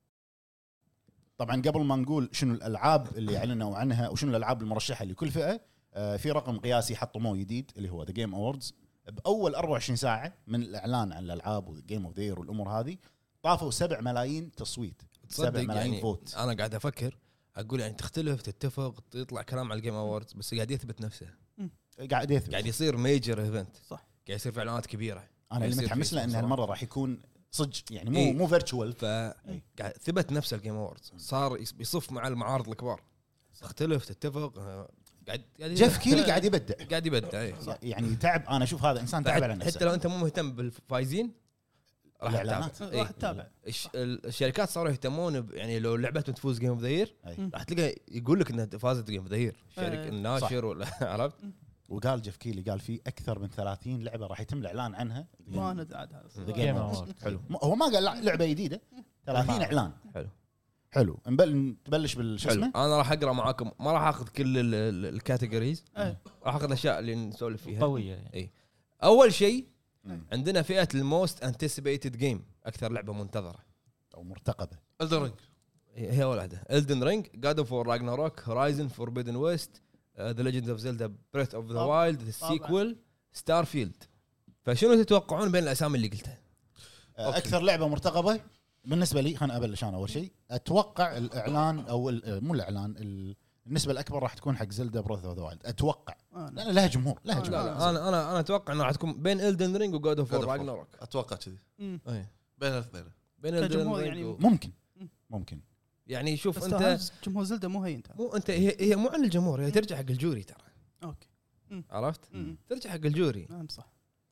طبعا قبل ما نقول شنو الالعاب اللي اعلنوا عنها وشنو الالعاب المرشحه لكل فئه في رقم قياسي حطموه جديد اللي هو ذا جيم اووردز. باول 24 ساعه من الاعلان عن الالعاب والجيم اوف ذا يير والامور هذه طافوا 7 ملايين تصويت. 7 ملايين يعني فوت. انا قاعد افكر اقول يعني تختلف تتفق يطلع كلام على الجيم اووردز بس قاعد يثبت نفسه. قاعد يثبت. قاعد يصير ميجر ايفنت صح. قاعد يصير في اعلانات كبيره. انا اللي يصير متحمس في له ان صراحة. هالمره راح يكون صدق يعني إيه. مو فيرتشوال. قاعد ثبت نفسه الجيم اووردز صار يصف مع المعارض الكبار. تختلف تتفق قاعد جيف كيلي قاعد يبدع. قاعد يبدع اي يعني تعب. انا اشوف هذا انسان تعب على نفسه. حتى لو انت مو مهتم بالفايزين راح الإعلانات. تتابع. راح تتابع. الشركات صاروا يهتمون يعني لو لعبتهم تفوز جيم اوف ذا يير راح تلقى يقول لك انها فازت جيم اوف ذا يير شركه الناشر ولا عرفت. وقال جيف كيلي قال في اكثر من 30 لعبه راح يتم الاعلان عنها. ما ندري عاد هذا. The Game Awards. حلو. هو ما قال لعبه جديده 30 اعلان. حلو. نبلش بالشو اسمه. انا راح اقرا معاكم ما راح اخذ كل الكاتيجوريز إيه. راح اخذ الاشياء اللي نسولف فيها قويه يعني. اي اول شيء عندنا فئه الموست انتسيبيتد جيم اكثر لعبه منتظره او مرتقبه. الدرينج هي اول واحده Elden Ring God of War Ragnarok Horizon Forbidden West The Legend of Zelda Breath of the Wild The Sequel Starfield. فشنو تتوقعون بين الاسامي اللي قلتها؟ اكثر لعبه مرتقبه بالنسبه لي. خلينا ابلش انا اول شيء. اتوقع الاعلان او مو الاعلان النسبه الاكبر راح تكون حق زلدا بروث اوف ذا وايلد. اتوقع لان لها جمهور لها جمهور. لا انا اتوقع انه راح تكون بين Elden Ring و God of War Ragnarok. اتوقع كذي اي بين الاثنين. بين Elden كجمهور Ring يعني ممكن يعني شوف بس انت جمهور زلدة مو هين ترى. مو انت هي مو عن الجمهور هي ترجع حق الجوري ترى. اوكي. عرفت ترجع حق الجوري. نعم صح.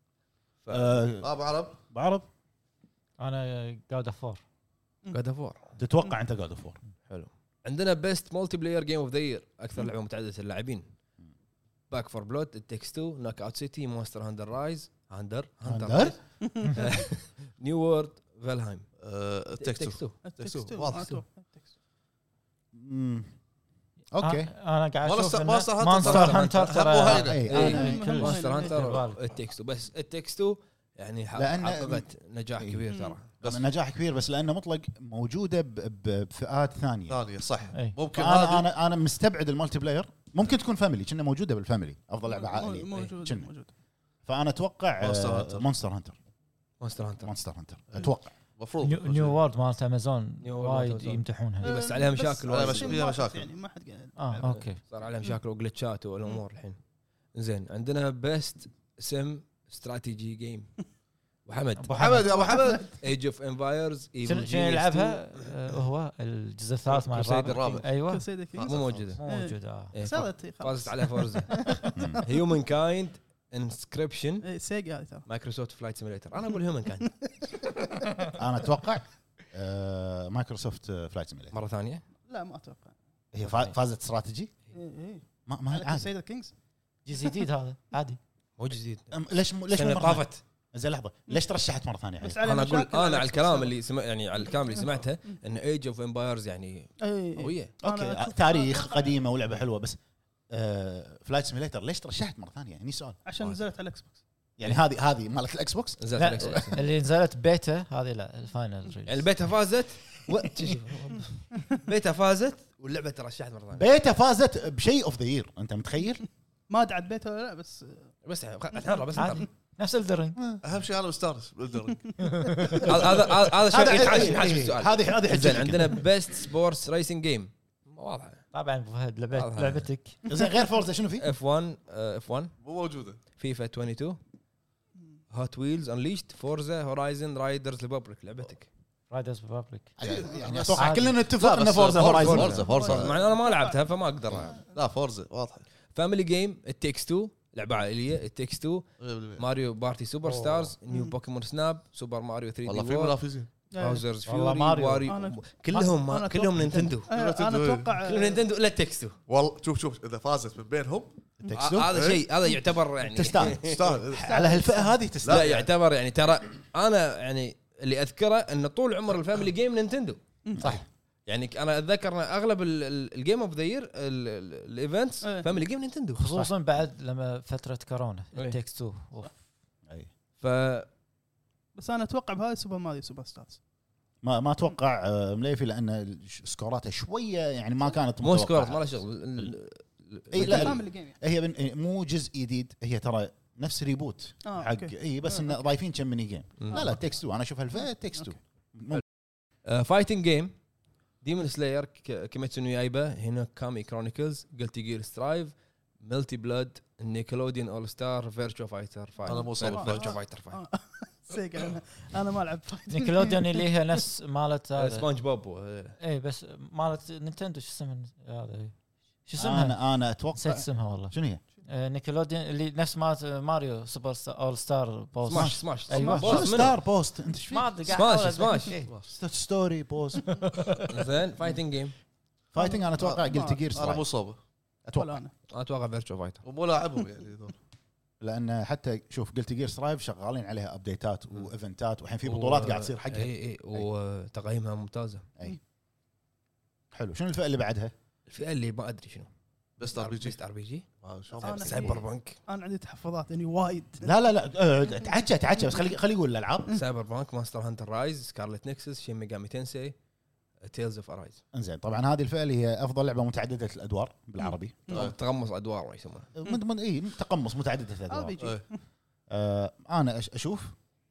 ابو عرب بعرب. انا جاد اوف وور. God of War تتوقع انت جاد اوف وور. حلو. عندنا بيست مولتي بلاير جيم اوف ذا يير اكثر لعبه متعدده اللاعبين. باك فور بلود التكس 2 نوك اوت سيتي مونستر هانتر رايز هانتر نيو وورد فالهايم التكستو واضح. اوكي. انا قاعد اشوف مونستر هانتر ترى مونستر هانتر التكس 2 بس التكس 2 يعني حققت نجاح كبير ترى. بس نجاح كبير بس لانه مطلق موجوده بفئات ثانيه صح. أي. ممكن هذه انا مستبعد المالتي بلاير. ممكن تكون فاميلي كنا موجوده بالفاميلي افضل لعبه عائليه موجود. فانا اتوقع مونستر هانتر مونستر هانتر اتوقع. المفروض نيو وورد مالت امازون نيو وورد وايد أمازون. يمدحونها. بس عليها مشاكل عليها وايد. فيها مشاكل. يعني ما حد قاعد اوكي صار عليها مشاكل وجلتشات والامور الحين. زين عندنا بيست سم استراتيجي جيم وحمد ابو حمد يا ابو حمد ايج اوف امبايرز شنو يلعبها هو الجزء الثالث مع Crusader الرابع. ايوه كروسيدر كينجز مو موجوده مو موجود صارت فازت على فورزا هيومن كايند انسكريبشن سيجا هذه ترى مايكروسوفت فلايت سيميليتر انا اقول هيومن كايند انا اتوقع مايكروسوفت فلايت سيميليتر مره ثانيه لا ما اتوقع هي فازت استراتيجي ايه ما عادي كروسيدر كينجز جزء جديد هذا عادي. مو جديد ليش السنه مرة ثانية؟ طافت زين لحظه ليش ترشحت مره ثانيه بس عليه؟ على انا اقول مشاكل انا على الكلام Xbox. اللي يعني على الكلام اللي سمعته ان ايج اوف امبايرز يعني إيه. قويه اوكي أنا أشوف- تاريخ قديمه ولعبه حلوه بس فلايت سيميليتر ليش ترشحت مره ثانيه يعني سؤال عشان نزلت على الاكس بوكس يعني هذه مالت الاكس بوكس نزلت لا على Xbox. اللي نزلت بيتا هذه لا الفاينل ريليز. يعني البيتا فازت بيتا فازت واللعبه ترشحت مره ثانيه بيتا فازت بشيء اوف ذا يير انت متخيل؟ ما ادري عاد بيته ولا لا بس بس اتحرى بس عادي نفس الدرينج. اهم شيء انا مستانس بالدرج. هذا شيء ينحاش بالسؤال. هذه حجه زين عندنا بيست سبورتس ريسنج جيم واضحه طبعا ابو فهد واضح. لعبتك زين غير فورزا شنو في؟ F1 مو موجوده. فيفا 22 هوت ويلز انليشت فورزا هورايزن رايدرز ريبابليك لعبتك رايدرز ريبابليك. يعني اتوقع عادي. كلنا نتفق لا، ان بس فورزا هورايزن فورزا. مع ان انا ما لعبتها فما اقدر. لا فورزا واضحه. فاميلي جيم التكس 2 لعبه عائليه التكس 2 ماريو بارتي سوبر ستارز نيو بوكيمون سناب سوبر ماريو 3 والله دي في وورد منافسين. باوزرز والله فيوري ماريو. واريو أنا- كلهم أتوقع- نينتندو انا اتوقع كلهم نينتندو الا التكس 2 والله شوف اذا فازت من بينهم هذا شيء هذا يعتبر يعني تستاهل تستاهل. على هالفئه هذه لا تستاهل يعتبر يعني ترى انا يعني اللي اذكره ان طول عمر الفاميلي جيم نينتندو صح يعني انا اتذكر ان اغلب الجيم اوف ذا يير الايفنتس إيه. فاميلي جيم نينتندو خصوصا بعد لما فتره كورونا إيه. التكس 2 أي. ف بس انا اتوقع بهذا سوبر ماريو سوبر ستارز ما اتوقع مليفي لان سكوراته شويه يعني ما كانت مو متوقعة. سكورت ما له شغل إيه، لا، فاميلي جيم هي مو جزء جديد هي ترى نفس ريبوت حق أوكي. اي بس انه ضايفين كم ميني جيم مم. لا تكست 2 انا اشوف هالفئه تكست 2 فايتنج جيم ديمون سلاير كيميتسو نو يايبا هنا كامي كرونيكلز قلتي جير سترايف ملتي بلاد نيكلوديان اول ستار فيرتشو فايتر 5 أنا مو صار فيرتشو فايتر 5 سيجا انا ما لعبت نيكلوديون اللي هي نفس مالت هذا سبونج بوب اي بس مالت نينتندو شو اسمها هذا شو اسمها انا اتوقع نسيت اسمها والله شنو هي؟ نيكلوديون اللي نفس مالت ماريو سوبر ستار اول ستار بوست سماش أيوة. شنو بوس منو؟ ستار بوست انت ايش ما فيك؟ ادري قاعد سماش. أحاول أتذكر. ستوري بوست زين فايتنج جيم فايتنج انا اتوقع قلت جير انا مو سترايك صوبه اتوقع ولا انا اتوقع فيرتشو فايتر ومو لاعبهم يعني هذول. لان حتى شوف قلت جير سترايف شغالين عليها ابديتات وايفنتات والحين في بطولات قاعد تصير حقها اي وتقييمها ممتازه حلو شنو الفئه اللي بعدها؟ الفئه اللي ما ادري شنو بست ار بي جي. بيست ار بي جي أنا سايبر بانك انا عندي تحفظات اني وايد لا تعجى بس خلي يقول الالعاب سايبر بانك ماستر هانتر رايز سكارلت نكسس شين ميجامي تنسي تيلز اوف ارايز انزين طبعا هذه الفئه اللي هي افضل لعبه متعدده الادوار بالعربي تغمص ادوار ما يسمونها من اي تقمص متعدده ار بي الادوار جي إيه. انا اشوف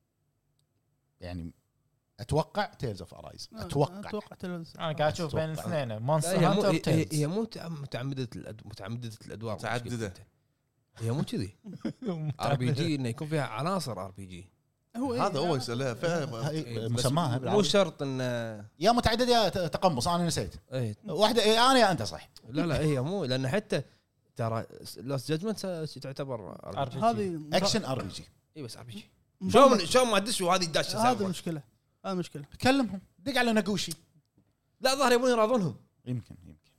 يعني اتوقع تيلز اوف ارايز اتوقع تلفزيون انا قاعد اشوف بين أتوقع. الاثنين لا، مونستر هي مو هانتر هي- وتيلز هي مو متعمده الادوار متعددة. هي مو كذي ار بي جي انه يكون فيها عناصر ار بي جي هذا هو يسألها فعلا. هاي مسماها مو بالعربي. شرط ان يا متعدد يا تقمص انا نسيت ايه واحده انا يا انت صح لا هي مو لان حتى ترى لاست جادجمنت تعتبر ار بي جي هذه اكشن ار بي جي اي بس ار بي جي مضمن- شلون ما ادش وهذه داشه هذا المشكله هذا مشكله كلمهم دق على نقوشي لا ظهر يبون يراضونهم يمكن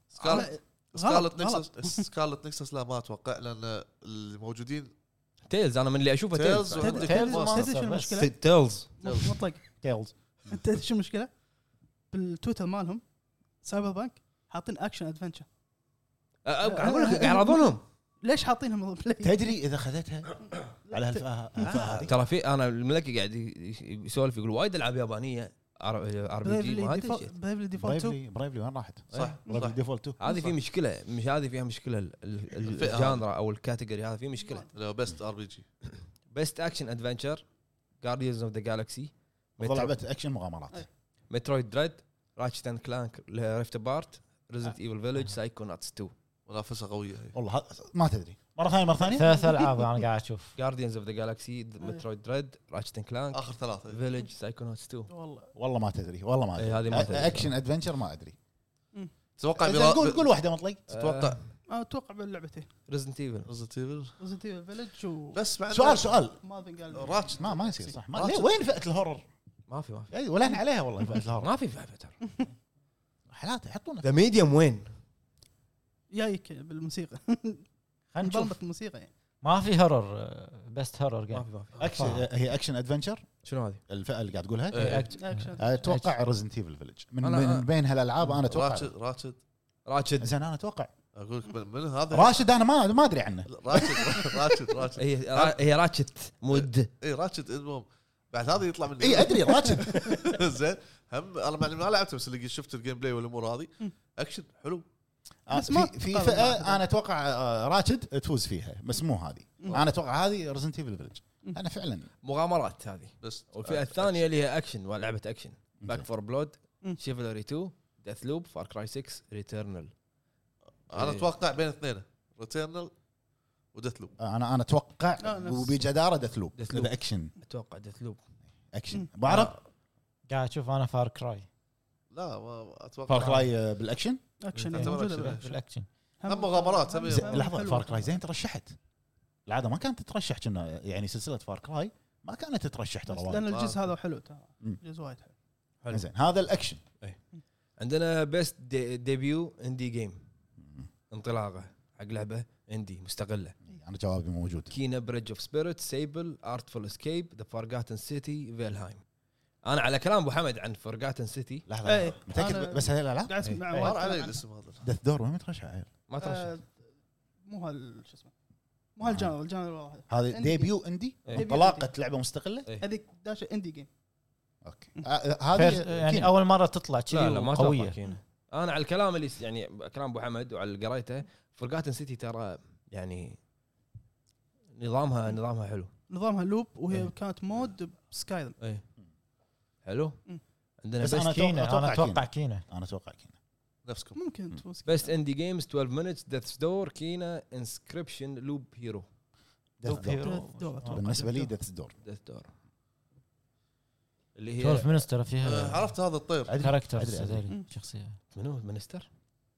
سكارلت غلط. سكارلت نكسس لا ما اتوقع لان الموجودين تيلز انا من اللي اشوفه تيلز تيلز وعندك تيلز ماستر. تدري شو المشكله؟ تيلز مطلق تيلز انت تدري شو المشكله؟ بالتويتر مالهم سايبر بانك حاطين اكشن ادفنشر اقول لك قاعد يراضونهم ليش حاطينهم بلاي؟ تدري اذا اخذتها على الفئه هذه ترى في انا الملكي قاعد يسولف يقول وايد العاب يابانيه ار بي جي ما ادري شيء. برايفلي ديفولت 2 برايفلي وين راحت؟ صح برايفلي صح ديفولت 2 هذه في مشكله مش هذه فيها مشكله الفئة الجانرا او الكاتيجوري هذا في مشكله لو بست ار بي جي بيست اكشن ادفنتشر جارديانز اوف ذا جالكسي لعبه اكشن مغامرات. مترويد دريد، راتشت اند كلانك، ريفت بارت، ريزنت ايفل فيلج، سايكوناتس 2، منافسه قويه هي. والله ما تدري مره ثانيه 3 العاب انا قاعد اشوف. جارديانز اوف ذا جالكسي، مترويد دريد، راتشت اند كلانك، اخر 3 فيلج، سايكوناتس 2. والله ما تدري والله ما ادري. هذه ما تدري. اكشن ادفنشر ما ادري. تتوقع قول واحده مطلق. تتوقع اتوقع باللعبتين ريزنت ايفل. ريزنت ايفل ريزنت ايفل فيلج بس مع سؤال ما قال راتشت ما يصير صح. راتشت. وين فئه الهورر؟ ما في اي ولا احنا عليها والله فئه الهورر. ما في فتر. حالات يحطونها. ذا ميديوم وين؟ جايك بالموسيقى خلينا نشوف. ضربت الموسيقى يعني. ما في هورر، بست هورر ما جيم. في اكشن هي اكشن ادفنشر. شنو هذه؟ الفئه اللي قاعد تقولها اكشن اتوقع ريزنت ايفل فيلج من أنا- بين هالالعاب انا اتوقع. راتشت راتشد. زين انا اتوقع اقول لك من هذا راشد انا ما ادري عنه. راتشت هي راتشت مود. اي راتشت. المهم بعد هذا يطلع من اي ادري راشد. زين هم انا ما لعبته بس اللي شفت الجيم بلاي والامور هذه اكشن حلو. بس ما في تقارن فئه معها. انا اتوقع راشد تفوز فيها بس مو هذه. انا اتوقع هذه ريزنت ايفل فيلج. انا فعلا مغامرات هذه. بس والفئه الثانيه اللي هي اكشن ولعبه اكشن. باك فور بلود، مم. شيفلري 2، ديث لوب، فار كراي 6، ريتيرنال. انا اتوقع بين اثنين ريتيرنال وديث لوب. انا اتوقع نفس- وبجداره ديث لوب. Deathloop. اذا اكشن اتوقع ديث لوب. اكشن بعرف قاعد اشوف انا فار كراي لا ما اتوقع فار كراي بالاكشن. اكشن أنت موجوده أكشن. بعد. بالاكشن. هم مغامرات هم لحظه حلو. فار كراي زين ترشحت. العاده ما كانت تترشح كنا يعني سلسله فار كراي ما كانت تترشح ترى وايد. لان الجزء هذا حلو ترى مم. جزء وايد حلو. حلو. زين هذا الاكشن. عندنا بيست ديبيو اندي جيم، انطلاقه حق لعبه اندي مستقله. انا جوابي موجود. كينا، بريدج اوف سبيريت، سيبل، ارتفول اسكيب، ذا فورغاتن سيتي، فيلهايم. انا على كلام ابو حمد عن فورغاتن سيتي لحظه إيه. متاكد أنا بس هذه الالعاب قاعد اسمع إيه. مر وايد علي كلام الاسم هذا. دث دور وين مترشح عيل؟ ما ترشح. مو شو اسمه مو الجانر واحد. هذا إندي. ديبيو اندي إيه. انطلاقه لعبه مستقله. هذيك داشه اندي جيم. اوكي هذه يعني كينا. اول مره تطلع لا كذي لا ما قويه. توقع كينا. انا على الكلام اللي يعني كلام ابو حمد وعلى اللي قريته، فورغاتن سيتي ترى يعني نظامها حلو. نظامها لوب وهي إيه. كانت مود سكايرم. ايه حلو. مم. عندنا بس بس أنا كينا انا أتوقع اتوقع كينا. انا اتوقع كينا. نفسكم ممكن تفوز. بيست اندي جيمز 12 مينتس، ديث دور، كينا، انسكريبشن، لوب هيرو. دث دور. دور. بالنسبه لي دث دور. ديث دور اللي هي 12 مينستر فيها عرفت هذا الطير كاركترز أدري. هذول شخصيه. منو منستر؟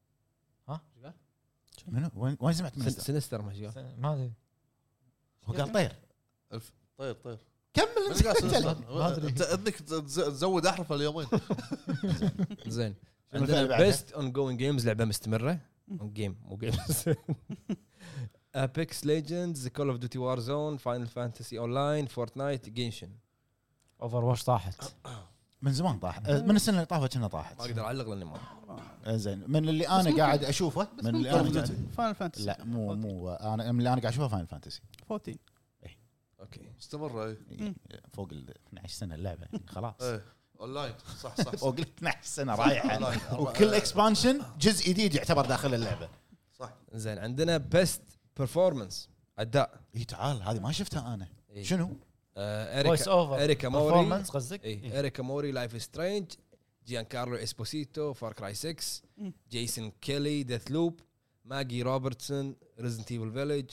منو وين سمعت من سينستر ما ايش قال؟ ما ادري هو قال طير. طير كمل من قال ما أدري. انت اذنك تزود احرف اليومين. زين. شنو الفئة اللي عندنا بعدها؟ بيست اون جوينج جيمز، لعبه مستمره. جيم مو جيمز. ابيكس ليجندز، كول اوف ديوتي وار زون، فاينل فانتسي اون لاين، فورتنايت، جينشن. اوفر واتش طاحت. من زمان طاح من السنه اللي طافت كنا طاحت. ما اقدر اعلق لاني ما زين من اللي انا قاعد اشوفه من اللي انا قاعد فاينل فانتسي. لا مو انا من اللي انا قاعد اشوفه فاينل فانتسي 14. اوكي. استمر اي فوق ال 12 سنه اللعبه يعني خلاص ايه اونلاين صح فوق ال 12 سنه رايحه وكل اكسبانشن جزء جديد يعتبر داخل اللعبه. صح. زين. عندنا بيست بيرفورمانس، اداء. اي تعال هذه ما شفتها انا. إيه. شنو؟ فويس اوفر اريكا موري. برفورمانس قصدك؟ اي اريكا موري، لايف سترينج، جيان كارلو اسبوسيتو، فار كراي 6، جيسون كيلي، ديث لوب، ماجي روبرتسون، ريزنت ايفل فيلج،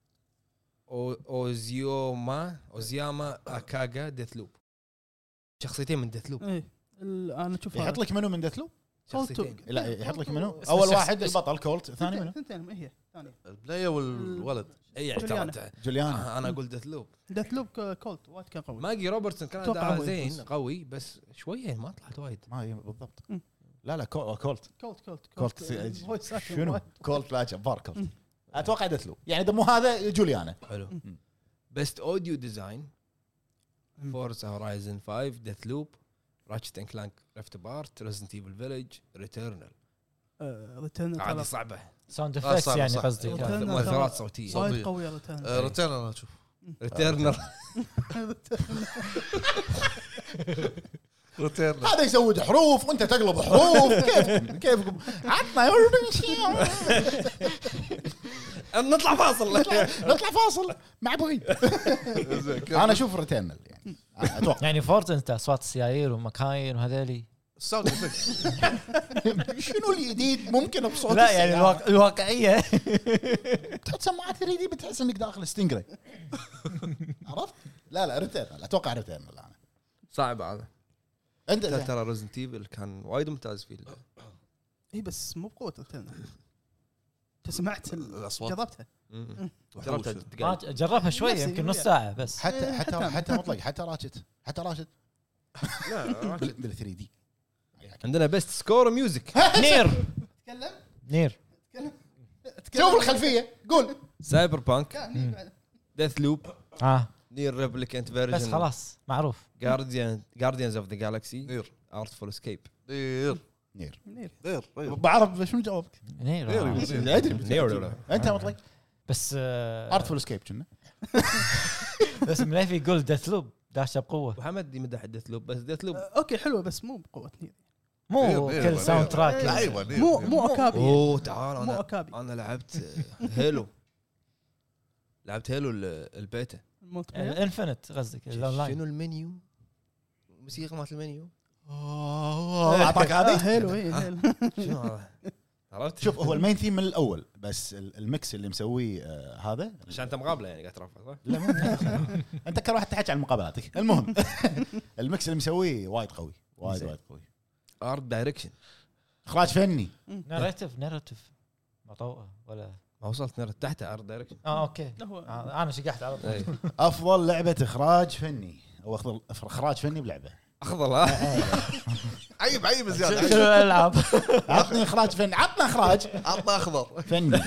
اوزياما اكاغا، ديث لوب. شخصيتين من ديث لوب. ايه انا اشوفها يحط لك منو من ديث لوب؟ شخصيتين. لا يحط لك منو؟ اسم اول الشخص- واحد البطل كولت الثاني منو؟ ثنتين هي ثانيه البنيه والولد. اي يعني جوليانا. ترى جوليانا. انا اقول ديث لوب. ديث لوب كولت وايد كان قوي. ماجي روبرتسون كان أتوقع اداء هو زين يفوز. قوي بس شويه ما طلعت وايد. ما هي بالضبط. مم. لا كولت كولت كولت شنو؟ كولت لا جبار كولت. اتوقع ديث لوب يعني اذا مو هذا جوليانا. حلو. بيست اوديو ديزاين، فورزا هورايزن 5، ديث لوب، راتشت اند كلانك ريفت بارت، ريزنت ايفل فيلج، ريتيرنال. ريتيرن هذه صعبه. ساوند افكتس صعب، يعني صح. قصدي Return. مؤثرات صوتيه. وايد قويه ريتيرن. ريتيرن انا اشوف ريتيرنال. ريتيرن هذا يزود حروف وانت تقلب حروف كيفكم عطنا نطلع فاصل. نطلع فاصل مع بغيد. انا اشوف ريتيرنال يعني اتوقع. يعني فورت انت اصوات السيايير ومكاين وهذولي الساوند افكت شنو الجديد ممكن بصوت لا يعني الواقعيه تحط سماعات 3 دي بتحس انك داخل ستينجري. عرفت؟ لا ريتيرنال اتوقع ريتيرنال انا. صعب هذا. انت ترى ريزنت ايفل كان وايد ممتاز فيه. اي بس مو بقوه التنين. انت سمعت الأصوات. جربتها؟ جربت جربها شويه نفسي يمكن نص ساعه بس. حتى مطلق حتى راشد لا بال 3 دي. عندنا بيست سكور ميوزك. نير شوف الخلفيه قول. سايبر بانك، ديث لوب، نير ريبليكانت بس فيرجن، خلاص معروف. جارديانز اوف ذا جالكسي، نير ارتفول اسكيب. نير بعرف شنو جوابك. نير ادري انت مطلق بس ارتفول اسكيب كنا. بس مليفي يقول ديث لوب داشه بقوه. محمد يمدح ديث لوب، بس ديث لوب اوكي حلوه بس مو بقوه نير. مو كل ساوند تراك. ايوه مو اكابي. اوه تعال مو اكابي. انا لعبت هيلو. لعبت هيلو البيتا. الانفنت قصدك الاونلاين. شنو المنيو؟ الموسيقى مالت المنيو اعطاك هذه حلو اي شنو هذا؟ عرفت؟ شوف هو المين ثيم من الاول بس الميكس اللي مسويه هذا عشان انت مقابله يعني قاعد ترفع صح؟ لا مو انت كل واحد تحكي عن مقابلاتك. المهم الميكس اللي مسويه وايد قوي وايد قوي. ارت دايركشن، اخراج فني ناريتيف مطوع ولا ما وصلت نرد تحت ارت دايركشن. اوكي انا شقحت على طول. افضل لعبه اخراج فني او افضل اخراج فني بلعبه اخضر. عيب زياده. شنو الالعاب؟ عطني اخراج فني. عطنا اخراج عطنا اخضر فني.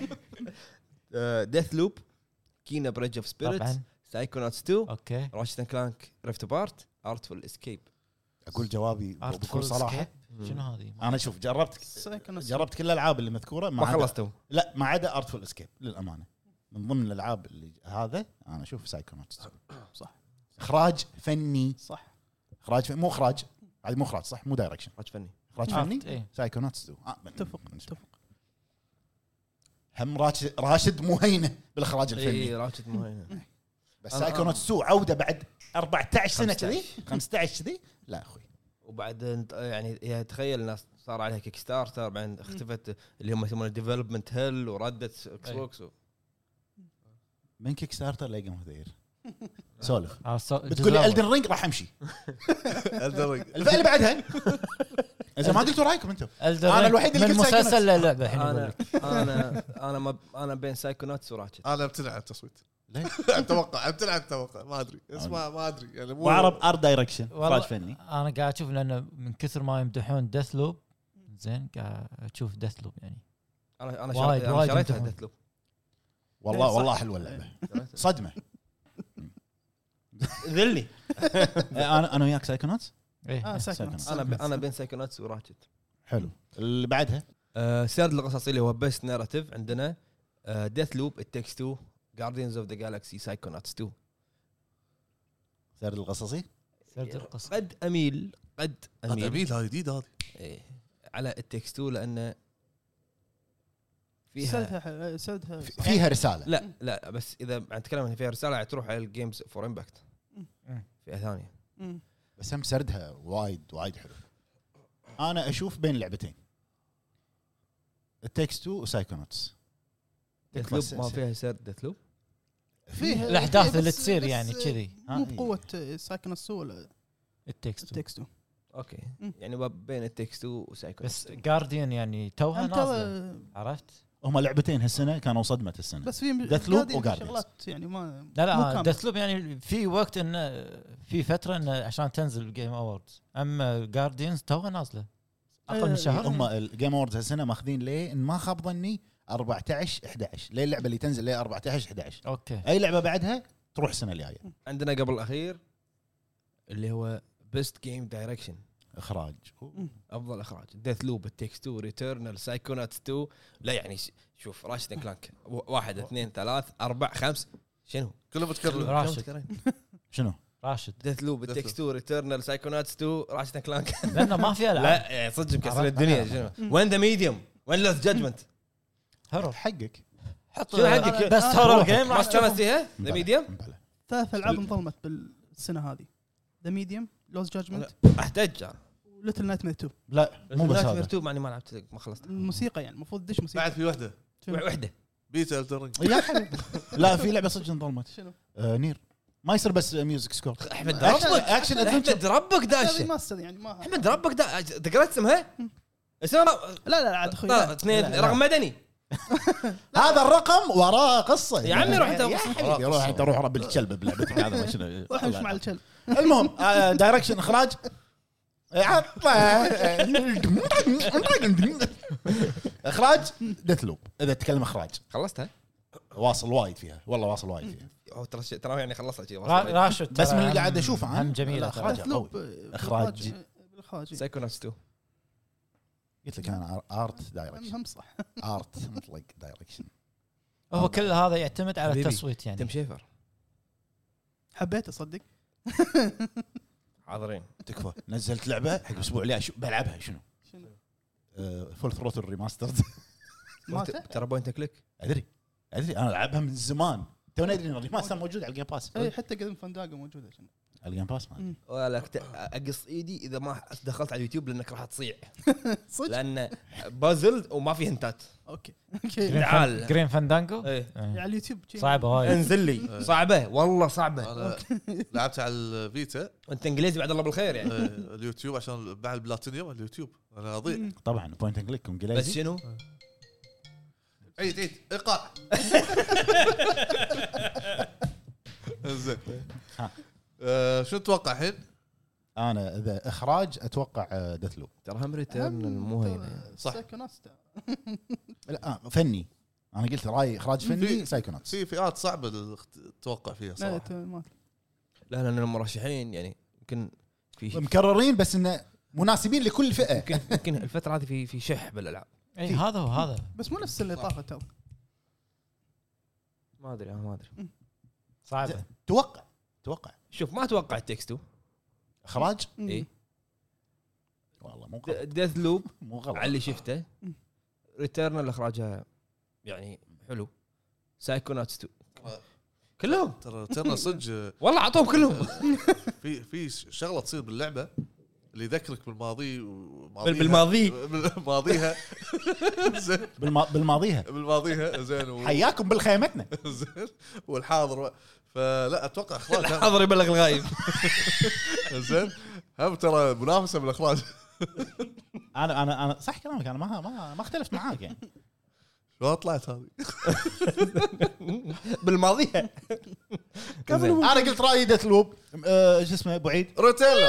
ديث لوب، كينا بريدج اوف سبيريتس، سايكونوتس 2، اوكي راشد كلانك ريفت بارت، ارتفول اسكيب. اقول جوابي بكل صراحه. شنو هذه؟ انا شوف جربت كل الالعاب اللي مذكوره ما خلصتوا؟ لا ما عدا ارتفول اسكيب للامانه. من ضمن الالعاب اللي هذا انا اشوف سايكونوتس صح. اخراج فني صح. اخراج مو اخراج هذه مو اخراج صح مو دايركشن. اخراج فني. اخراج فني سايكونوتس 2. اتفق. هم راشد مو هينه بالاخراج الفني. اي راشد مو هينه. بس سايكونوتس 2 عوده بعد 14 سنه كذي 15 كذي. لا اخوي وبعد يعني تخيل الناس صار عليها كيك ستارتر بعدين اختفت اللي هم يسمونه ديفلوبمنت هيل وردت اكس بوكس من كيك ستارتر لاقي مهدير سولف. بتقول بتقول لي الدن رينج راح امشي. الفئه اللي بعدها اذا ما قلتوا رايكم انتم. انا الوحيد اللي قلت مسلسل لعبه الحين اقول لك. انا بين سايكونوتس وراتشت. انا ابتدع على التصويت. ليه؟ اتوقع ما ادري اسمع ما ادري يعني مو واعرب ارت دايركشن اخراج فني. انا قاعد اشوف لانه من كثر ما يمدحون ديث لوب زين قاعد اشوف ديث لوب يعني. انا وايد شريتها ديث لوب والله حلوه اللعبه صدمه. ذلي. انا وياك سايكونوتس. سايكونوتس. انا بين سايكونوتس وراتشت. حلو. اللي بعدها سرد القصصي اللي هو بيست ناراتيف عندنا ديث لوب، التكست 2، جارديانز اوف ذا جالكسي، سايكونوتس 2. سرد القصصي قد اميل هذا هذه جديد هذه على التكست 2 لانه فيها رساله. لا بس اذا نتكلم عن فيها رساله تروح على الجيمز فور امباكت فئه ثانيه. بس هم سردها وايد حلو. انا اشوف بين اللعبتين التكست 2 وسايكونوتس. ديث لوب ما فيها سرد. ديث لوب فيها الاحداث اللي تصير يعني كذي مو بقوه سايكونوتس ولا التكست. اوكي يعني بين التكست 2 وسايكونوتس. بس جارديان يعني توها نازله عرفت. هما لعبتين هالسنه كانوا صدمه السنه. بس في ديث لوب وجارديانز يعني ما لا ديث لوب يعني في وقت انه في فتره انه عشان تنزل الجيم اووردز. اما جارديانز توها نازله اقل من شهر. هما الجيم اووردز هالسنه ماخذين ليه ان ما خاب ظني 14 11 ليه اللعبه اللي تنزل ليه 14 11. اوكي اي لعبه بعدها تروح السنه الجايه. عندنا قبل الاخير اللي هو بيست جيم دايركشن اخراج افضل اخراج ديث لوب، التكست 2، ريتيرنال، سايكونوتس 2. لا يعني شوف راشد كلانك 1 2 3 4 5 شنو كلهم تكرروا. راشد شنو راشد ديث لوب، التكست 2، ريتيرنال، سايكونوتس 2، راشد كلانك. لانه ما في العاب. لا يعني صدق مكسر الدنيا. شنو وين ذا ميديوم وين لوث جادجمنت حقك حط شنو عندك؟ بس هورر جيم ما استانست فيها ذا ميديوم. 3 العاب انظلمت بالسنه هذه: ذا ميديوم، لوز جاجمنت، احتاج انا وليتل نايت مير 2. لا مو بس هذا. 2 معني ما لعبت ما خلصت الموسيقى يعني المفروض تدش موسيقى بعد في وحده وحده. بيتا الدرينج. يا حبيبي لا في لعبه صدق انظلمت. شنو؟ نير ما يصير بس ميوزك سكور. احمد اكشن ربك اكشن ادفنشر. احمد ربك داشه ماستر يعني ما احمد ربك تقرأت اسمها اسمها لا عاد اخوي لا، اثنين رقم مدني هذا الرقم وراه قصه يا عمي روح انت يا حبيبي روح انت روح رب الكلب بلعبتك هذا ما شنو. روح مش مع الكلب. المهم دايركشن اخراج اخراج ديث لوب. اذا تتكلم اخراج خلصتها واصل وايد فيها والله واصل وايد فيها. هو ترى يعني خلصتها شيء راشد بس من اللي قاعد اشوفه عن جميله اخراج قوي. اخراج بالاخراج سايكونوتس 2 قلت لك انا ارت دايركشن هم صح. ارت مطلق دايركشن. هو كل هذا يعتمد على حبيبي، التصويت يعني تيم شيفر حبيت اصدق. حاضرين تكفى نزلت لعبه حق الاسبوع اللي بلعبها شنو فول ثروتل ريماسترد. ترى بوينت كليك ادري انا العبها من زمان تو ندري ان الريماستر موجود على الجيم باس. اي حتى قدم فانداجو موجوده عشان على الجيم باس ما ولا اقص ايدي اذا ما دخلت على اليوتيوب لانك راح تصيع صدق. لان بازل وما في هنتات اوكي تعال. جرين فاندانجو ايه على اليوتيوب صعبه وايد. انزل لي صعبه والله صعبه. انا لعبت على الفيتا وانت انجليزي بعد الله بالخير يعني اليوتيوب عشان بعد البلاتينيوم اليوتيوب انا اضيع. طبعا بوينت اند كليك بس انجليزي. شنو عيد ايقاع. زين شو تتوقع الحين؟ انا اذا اخراج اتوقع ديث لوب. ترى هم ريتيرن مو هينه صح. سايكوناستا. لا فني انا قلت راي اخراج فني سايكوناتس. في فئات صعبه تتوقع فيها لا صراحه. لا لان المرشحين يعني يمكن في مكررين بس انه مناسبين لكل فئه. يمكن الفتره هذه في شح بالالعاب. اي هذا هو هذا بس مو نفس اللي طافت تو. ما ادري انا ما ادري صعبه. توقع شوف ما اتوقع التكستو اخراج اي والله مو غلط ديث لوب مو غلط على اللي شفته. ريتيرنال اخراجها يعني حلو. سايكوناتس 2 كلهم ترى صدق والله اعطوهم كلهم. في شغله تصير باللعبه اللي يذكرك بالماضي بالماضي ماضيها زين بالماضيها زين حياكم بالخيمتنا زين والحاضر فلا اتوقع اخراج الحاضر يبلغ الغايب. زين هم ترى منافسه بالاخراج. انا صح كلامك انا ما اختلفت معاك يعني. شو طلعت هذه بالماضي. انا قلت رايي ديث لوب شو اسمه ابو عيد روتيلا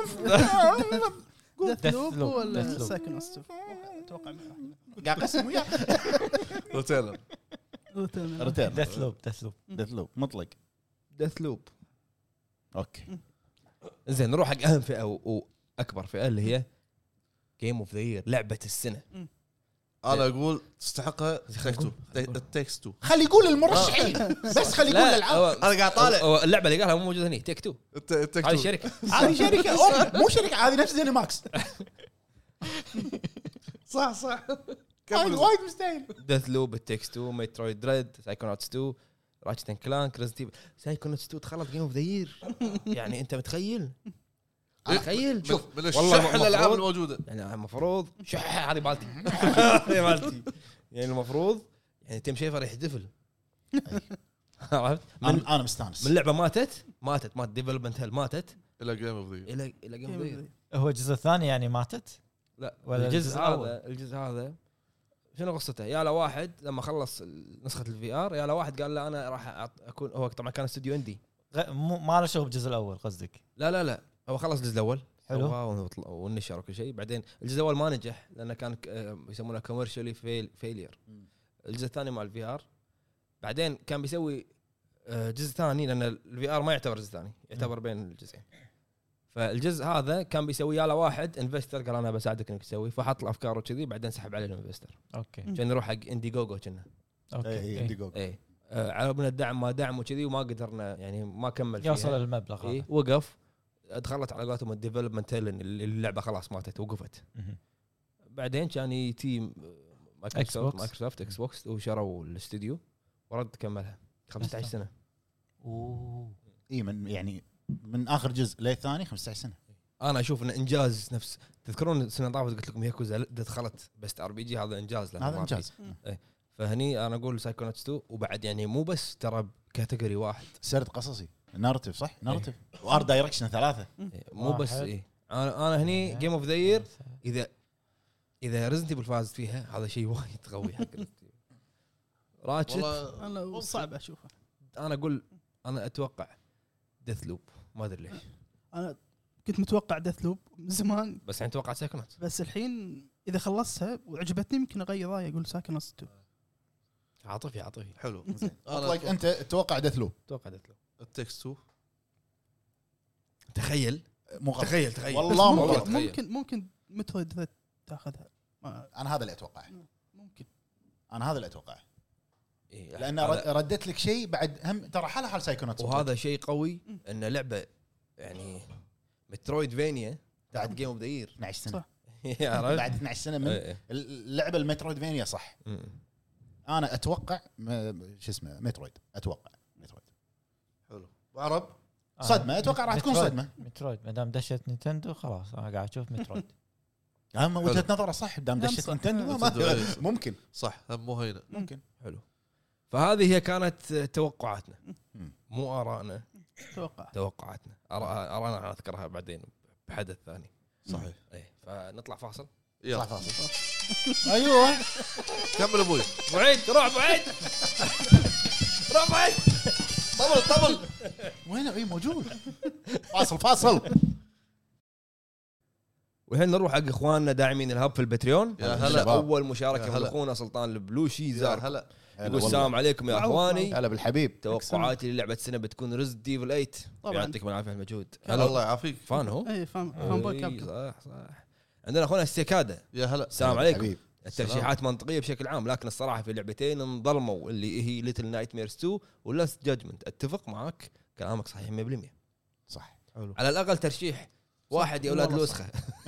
ديث لوب Deathloop. ولا Deathloop. سايكوناستا؟ اتوقع قاعد قسم وياه روتيلا ريتيرن ديث لوب مطلق ديث لوب. اوكي زين نروح حق اهم فئه واكبر فئه اللي هي جيم اوف ذا يير لعبه السنه. انا اقول تستحقها تيكس 2. خلي يقول المرشحين بس خلي يقول الالعاب. انا قاعد طالع اللعبه اللي قالها مو موجوده هنا تيك 2 هذه شركه هذه شركه مو شركه هذه نفس زيني ماكس. صح هذه وايد مستاهل. ديث لوب التيكس 2 ميترويد دريد سايكوناتس 2 راتشت اند كلانك ريزنت سايكوناتس 2 دخلت جيم اوف ذا يير. يعني انت متخيل شوف من والله الشح الالعاب الموجوده يعني المفروض شح هذه مالتي هذه مالتي يعني المفروض يعني تيم شيفر يحتفل. عرفت انا مستانس من لعبه ماتت ديفلوبمنت هيل ماتت الى جيم اوف ذا الى جيم اوف ذا يير. هو الجزء الثاني يعني ماتت لا ولا الجزء هذا شنو قصته؟ يا له واحد لما خلص نسخه الفي ار يا له واحد قال له انا راح اكون هو طبعا كان استوديو اندي ما له شغل بالجزء الاول قصدك؟ لا هو خلص الجزء الاول حلو والنشر وكل شيء. بعدين الجزء الاول ما نجح لانه كان يسمونه كوميرشالي فيلير. الجزء الثاني مع الفي ار بعدين كان بيسوي جزء ثاني لان الفي ار ما يعتبر جزء ثاني يعتبر بين الجزئين. فالجزء هذا كان بيسوي له واحد انفستر قال انا بساعدك انك تسوي فحط له افكار وكذي بعدين سحب عليه الانفستر اوكي عشان يروح حق اندي جوجو كنا اوكي عربنا الدعم ما دعم وكذي وما قدرنا يعني ما كمل فيها يوصل المبلغ هذا. وقف. دخلت على قولتهم الديفلوبمنت اللعبه خلاص ماتت وقفت. بعدين كان تيم مايكروسوفت اكس بوكس وشروا الاستوديو ورد كملها 15 سنه. اوه اي من يعني من اخر جزء للثاني 15 سنه. انا اشوف انه انجاز. نفس تذكرون السنه طافت قلت لكم ياكوزا دخلت بست ار بي جي، هذا انجاز لها هذا انجاز. فهني انا اقول سايكونوتس 2 وبعد يعني مو بس ترى بكاتيجوري واحد، سرد قصصي نارتيف صح نارتيف وار دايركشن 3 مو بس واحد. انا هني جيم اوف ذا يير. اذا ريزنت ايفل فازت فيها هذا شيء وايد قوي حق راتشت. والله انا صعب اشوفه. انا اقول انا اتوقع ديث لوب، ما ادري ليش، انا كنت متوقع ديث لوب من زمان، بس يعني توقعت سايكونوتس. بس الحين اذا خلصتها وعجبتني يمكن اغير رايي اقول سايكونوتس 2. عاطفي حلو. اطلق انت تتوقع ديث لوب اتوقع ديث لوب. التكست 2 تخيل مو غلط. تخيل والله مو والله غلط. تخيل. ممكن مترويد ذا تاخذها. انا هذا اللي اتوقعه. ممكن انا هذا اللي اتوقعه إيه، لان هذا- ردت لك شيء بعد هم ترى حالها حال سايكونوتس. وهذا شيء قوي ان لعبه يعني مترويد فينيا بعد جيم اوف ذا يير 12 سنه صح. بعد 12 سنه من اللعبه المترويد فينيا صح. انا اتوقع شو اسمه مترويد. اتوقع مترويد. حلو. وعرب صدمه اتوقع راح تكون صدمه. مترويد ما دام دشت نينتندو خلاص انا قاعد اشوف مترويد. اما وجهه نظره صح دام دشت صح. نينتندو ممكن صح هم مو هينه. ممكن. حلو. فهذه هي كانت توقعاتنا، مم. مو آرائنا، اتوقع. توقعاتنا. آراءنا نذكرها بعدين بحدث ثاني. صحيح. ايه فنطلع فاصل. يلا ايوه كمل ابوي. بعيد روح بعيد روح بعيد. طبل وينه؟ اي موجود. فاصل والحين نروح حق اخواننا داعمين الهب في البتريون. يا هلا. اول مشاركه يا من هلا. اخونا سلطان البلوشي يا زار هلا. يقول السلام عليكم يا اخواني، هلا بالحبيب. توقعاتي للعبه السنه بتكون ريزد ديفل 8. طبعاً. يعطيكم العافيه على المجهود. الله يعافيك. فان هو اي فان بوي إي، كابكم. صح. عندنا اخونا السيكادا، يا هلا. السلام عليكم. حبيب. الترشيحات منطقيه بشكل عام، لكن الصراحه في لعبتين انظلموا اللي هي ليتل نايت ميرز 2 ولاست جادجمنت. اتفق معك كلامك صحيح 100%. صح. حلو. على الاقل ترشيح واحد يا اولاد والله الوسخه.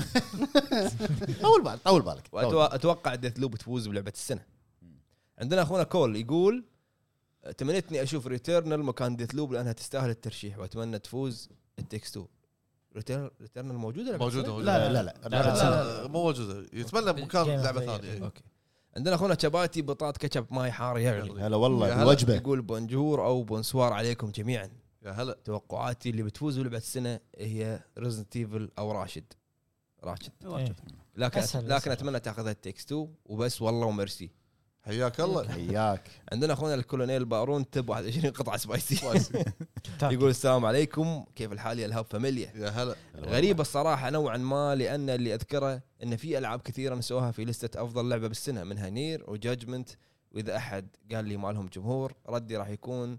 طول بالك. واتوقع ديث لوب تفوز بلعبه السنه. عندنا اخونا كول يقول تمنيتني اشوف ريتيرنال مكان ديث لوب لانها تستاهل الترشيح، واتمنى تفوز التكس 2. ريتيرنال موجوده موجوده لا لا لا. لا مو موجوده. يتمنى مكان لعبه ثانيه. اوكي. عندنا اخونا شباتي بطاط كاتشب ماي حار يغلي، هلا والله يا هلا. الوجبه. يقول بونجور او بونسوار عليكم جميعا. يا هلا. توقعاتي اللي بتفوز بلعبه السنه هي ريزنت ايفل او راشد. إيه. لكن أسهل. اتمنى تاخذها التكس 2 وبس. والله وميرسي. حياك الله. حياك. عندنا اخونا الكولونيل بارون تب 21 قطعه سبايسي. يقول السلام عليكم كيف الحال يا الهاب فاميليا. يا هلا. غريبة الصراحة نوعا ما، لأن اللي أذكره أن في ألعاب كثيرة نسوها في لستة أفضل لعبة بالسنة، منها نير وجاجمنت. وإذا أحد قال لي ما لهم جمهور ردي راح يكون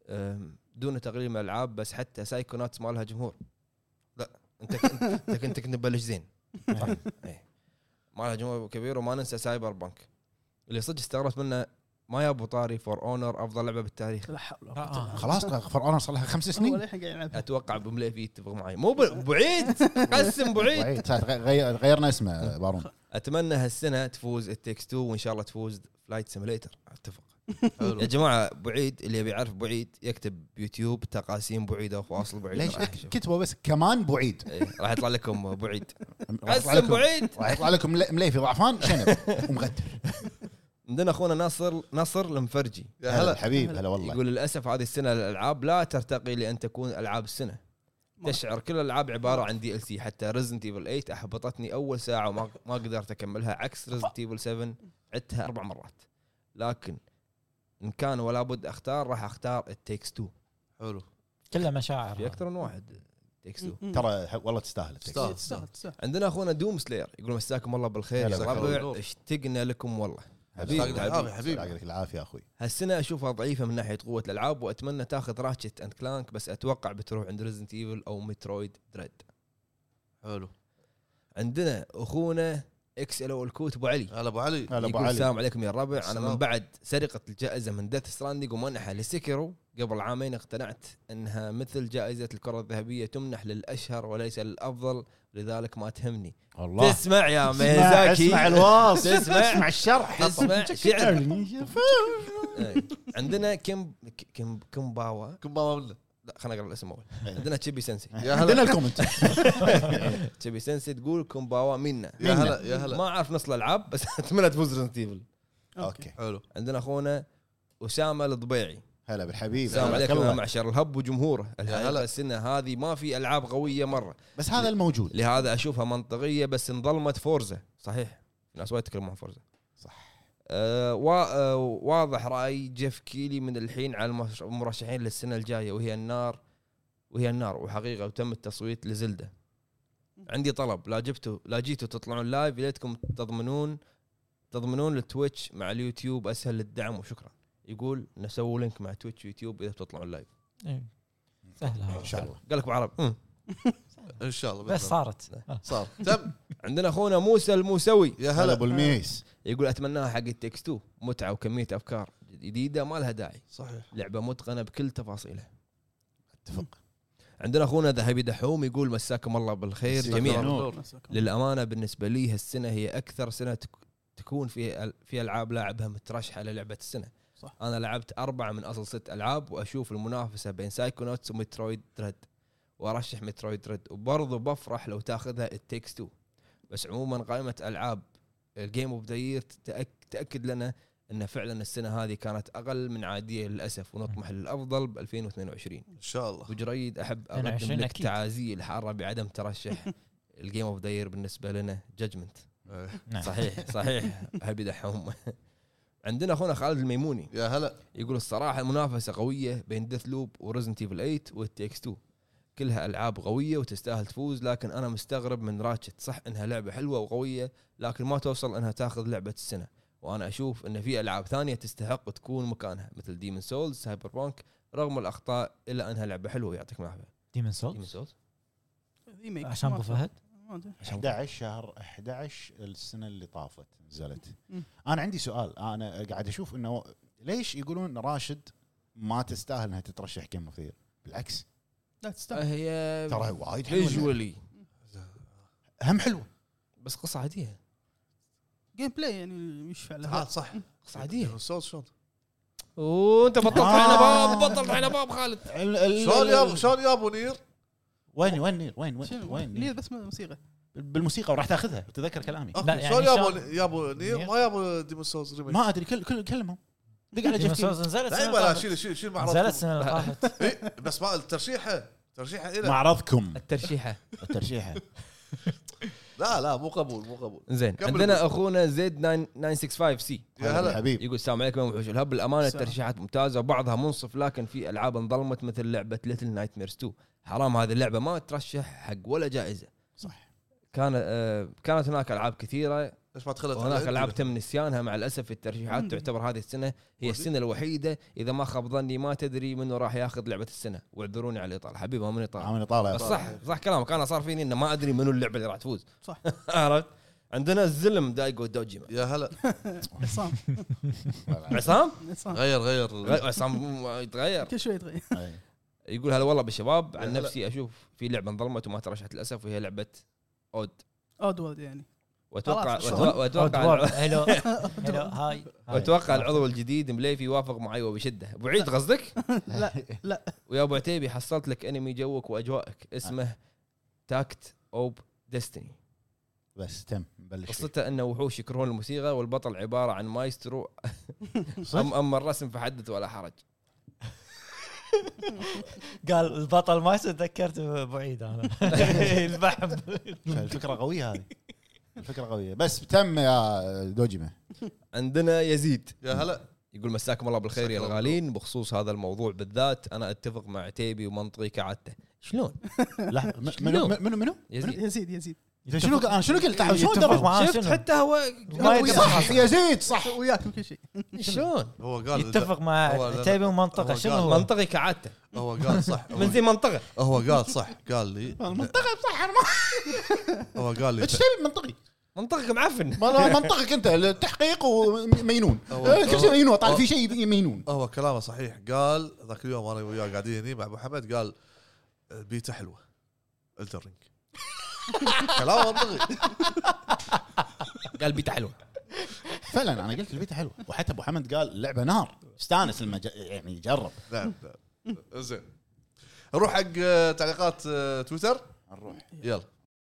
دون تقليل من الألعاب، بس حتى سايكوناتس ما لها جمهور. لا أنت كنت نبلش زين. إيه. ما لها جمهور كبير. وما ننسى سايبر بانك اللي صدق استغربت منه ما يابو طاري فور اونر افضل لعبه بالتاريخ. لا حول ولا قوة. خلاص فرعون صار لها 5 هو سنين. للحين قاعد يلعب. اتوقع بمليفي يتفق معي، مو بعيد قسم بعيد. غيرنا اسمه بارون. اتمنى هالسنه تفوز التكس 2 وان شاء الله تفوز فلايت سيميليتر. اتفق. حلو. يا جماعه بعيد اللي يبي يعرف بعيد يكتب بيوتيوب تقاسيم بعيده وفواصل بعيده. ليش راح يشوف. كتبوا بس كمان بعيد؟ إيه، راح يطلع لكم بعيد. راح يطلع قسم لكم بعيد. راح يطلع لكم مليفي ضعفان شنب ومغدر. عندنا اخونا ناصر المفرجي يا هلا هلا. حبيب. هلا والله. يقول للاسف هذه السنه الالعاب لا ترتقي لان تكون العاب السنه. تشعر كل الالعاب عباره عن دي ال سي. حتى ريزنت ايفل 8 احبطتني اول ساعه وما قدرت اكملها، عكس ريزنت ايفل 7 عدتها 4 مرات. لكن ان كان ولا بد اختار راح اختار التيكس 2. حلو. كلها مشاعر. في اكثر من واحد تيكس 2. ترى والله تستاهل. تستاهل. تستاهل. عندنا اخونا دوم سلاير يقول مساكم الله بالخير هلا يا بالخير. ربع، اشتقنا لكم والله. حبيبي حبيبي. يعطيك العافيه اخوي. هالسنه اشوفها ضعيفه من ناحيه قوه الالعاب، واتمنى تاخذ راتشت اند كلانك، بس اتوقع بتروح عند ريزنت ايفل او مترويد دريد. حلو. عندنا اخونا XL الكوت ابو علي هلا ابو علي. هلا ابو يقول علي. السلام عليكم يا الربع. انا السلام. من بعد سرقه الجائزه من ديث ستراندينج ومنحها لسكرو قبل عامين اقتنعت انها مثل جائزه الكره الذهبيه تمنح للاشهر وليس للافضل، لذلك ما تهمني. والله تسمع يا ميزاكي، اسمع الواصف، تسمع اسمع الشرح، تسمع شعر. إيه. عندنا كمباوا كم منه. لا خلينا نقرا الاسم اول. عندنا تشيبي سنسي. يا عندنا هلا الكومنت. تشيبي سنسي تقول كمباوا منا. يا هلا يا هلا. ما اعرف نص الالعاب بس اتمنى تفوز ريزنت ايفل. اوكي حلو. عندنا اخونا اسامه الضبيعي. هلا بالحبيب. السلام هلا عليكم الله. يا معشر الهب وجمهوره. هلا. الحقيقه السنه هذه ما في العاب قويه مره، بس هذا الموجود. لهذا اشوفها منطقيه، بس انظلمت فورزا. صحيح الناس وايد يتكلمون عن فورزا. صح. واضح راي جيف كيلي من الحين على المرشحين للسنه الجايه وهي النار وحقيقه وتم التصويت لزلدة. عندي طلب، لا جيتوا تطلعون لايف، ليتكم تضمنون التويتش مع اليوتيوب اسهل للدعم وشكرا. يقول نسوي لينك مع تويتش ويوتيوب اذا بتطلعون لايف. سهله ان شاء الله. قال لك بعرب ان شاء الله بس صارت. صار تم. عندنا اخونا موسى الموسوي يا هلا هلا. ابو الميس. يقول اتمناها حق التكس 2، متعه وكميه افكار جديده ما لها داعي، صحيح. لعبه متقنه بكل تفاصيلها. اتفق. عندنا اخونا ذهبي دحوم يقول مساكم الله بالخير مساكم جميعا. الله. للامانه بالنسبه لي هالسنه هي اكثر سنه تكون في العاب لاعبها مترشحه للعبه السنه. صح. انا لعبت 4 من اصل 6 العاب، واشوف المنافسه بين سايكونوتس ومترويد دريد، وارشح مترويد دريد، وبرضه بفرح لو تاخذها التيكس 2. بس عموما قائمه العاب الجيم اوف ذا يير تاكد لنا ان فعلا السنه هذه كانت اقل من عاديه للاسف، ونطمح للافضل ب 2022 ان شاء الله. وجريد احب اقدم 22 لك أكيد. تعازي الحاره بعدم ترشح الجيم اوف ذا يير بالنسبه لنا جادجمنت. نعم. صحيح هبي دحوم. عندنا اخونا خالد الميموني يا هلا. يقول الصراحه المنافسه قويه بين ديث لوب وريزنت ايفل 8 والتيكس 2، كلها العاب قويه وتستاهل تفوز، لكن انا مستغرب من راتشت. صح انها لعبه حلوه وقويه، لكن ما توصل انها تاخذ لعبه السنه، وانا اشوف ان في العاب ثانيه تستحق تكون مكانها مثل ديمن سولز، سايبر بانك، رغم الاخطاء الا انها لعبه حلوه. يعطيك العافيه. ديمن ديمن سولز سولز عشان ابو فهد. 11 شهر 11 السنه اللي طافت نزلت. انا عندي سؤال، انا قاعد اشوف انه ليش يقولون راشد ما تستاهل انها تترشح جيم اوف ذا يير؟ بالعكس لا تستاهل. هي ترى وايد حلوه، فيجولي هم حلوه بس قصه عاديه. جيم بلاي يعني يشفع لها. صح. قصه عاديه. الصوت شلون؟ وانت بطلت على باب خالد. شلون يا ابو نير؟ وين نير؟ وين نير بس موسيقى بالموسيقى وراح تاخذها تذكر كلامي. لا، يعني شلون شلون؟ يا ابو نير ما يا ابو ديمون سولز ريميك. ما ادري كل كلمهم دق على ديمن جيف سولز نزلت لا السنة ولا اللي طافت. شيل نزلت معرض. السنه اللي طافت. إيه بس ما الترشيحه الى معرضكم الترشيحه. الترشيحه. لا مو قبول. زين كمل عندنا بول. اخونا زد 965 سي يا هلا. حبيب. يقول السلام عليكم يا وحوش الهب. الامانه السلام. الترشيحات ممتازه وبعضها منصف، لكن في العاب انظلمت مثل لعبه ليتل نايت ميرز 2. حرام هذه اللعبه ما ترشح حق ولا جائزه. صح. كانت هناك العاب كثيره ليش ما دخلت؟ وهناك العاب تم نسيانها. مع الاسف الترشيحات تعتبر هذه السنه هي السنه الوحيده اذا ما خاب ظني ما تدري منه راح ياخذ لعبه السنه. واعذروني على الاطاله حبيبي، ما من اطاله عامل طالع بس صح كلامك. انا صار فيني انه ما ادري منو اللعبه اللي راح تفوز. صح. عرفت. عندنا الزلم دايجو دوجيما. يا هلا. عصام عصام غير عصام يتغير كل شوي يتغير. يقول هلا والله بالشباب. عن هلا. نفسي اشوف في لعبه انظلمت وما ترشحت للاسف، وهي لعبه اودورد يعني واتوقع أودوارد. هلو هاي واتوقع العضو الجديد مليفي يوافق معي وبشده. ابو عيد قصدك؟ لا ويا ابو عتيبي حصلت لك انمي جوك واجواءك اسمه تاكت اوب ديستني. بس تم نبلش فيه. قصته انه وحوش يكرهون الموسيقى والبطل عباره عن مايسترو. اما الرسم فحدث ولا حرج. قال البطل ما تذكرت بعيد انا البحم. الفكره قويه هذه، الفكره قويه. بس تم يا دوجيما. عندنا يزيد يا هلا. يقول مساكم الله بالخير يا مساك الله الغالين. بخصوص هذا الموضوع بالذات انا اتفق مع عتيبي ومنطقي كعادته. شلون لا شلون؟ منو يزيد يزيد شنو انا شنو قلت شنو يتفق درب معاه شفت شنو؟ حتى هو ما يتفق صح يزيد صح. وياكم كل شيء. شلون هو قال يتفق مع هو لا. عتيبي ومنطقه هو شنو قال هو؟ منطقي كعادته هو قال صح. من زي منطقه. هو قال صح. قال لي المنطقه صح. انا ما هو قال لي ايش تبي منطقي منطقك معفن. منطقك انت التحقيق ومينون كل شيء مينون طالع في شيء مينون. هو كلامه صحيح. قال ذاك اليوم انا وياه قاعدين هنا مع ابو حمد قال بيتا حلوه الدرينج. كلام منطقي. قال بيتا حلوه فعلا انا قلت البيتا حلوه وحتى ابو حمد قال اللعبه نار استانس لما يعني جرب. نعم زين نروح حق تعليقات تويتر. نروح يلا.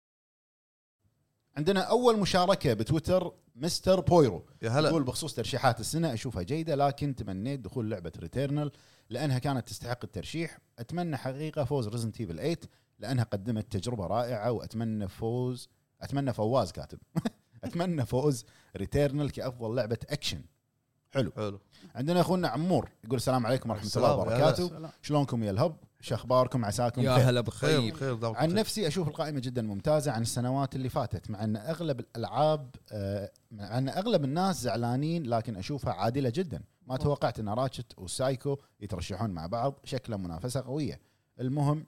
عندنا اول مشاركه بتويتر مستر بويرو يا هلا. يقول بخصوص ترشيحات السنه اشوفها جيده لكن تمنيت دخول لعبه ريتيرنال لانها كانت تستحق الترشيح. اتمنى حقيقه فوز ريزنت ايفل 8 لانها قدمت تجربه رائعه واتمنى فواز كاتب اتمنى فوز ريتيرنال كافضل لعبه اكشن. حلو. عندنا اخونا عمور يقول السلام عليكم ورحمه الله وبركاته. شلونكم يا الهب؟ شو اخباركم؟ عساكم يا خير. هلا بخير. عن نفسي اشوف القائمه جدا ممتازه عن السنوات اللي فاتت مع ان اغلب الالعاب مع ان اغلب الناس زعلانين لكن اشوفها عادله جدا. ما توقعت ان راتشت وسايكو يترشحون مع بعض. شكلها منافسه قويه. المهم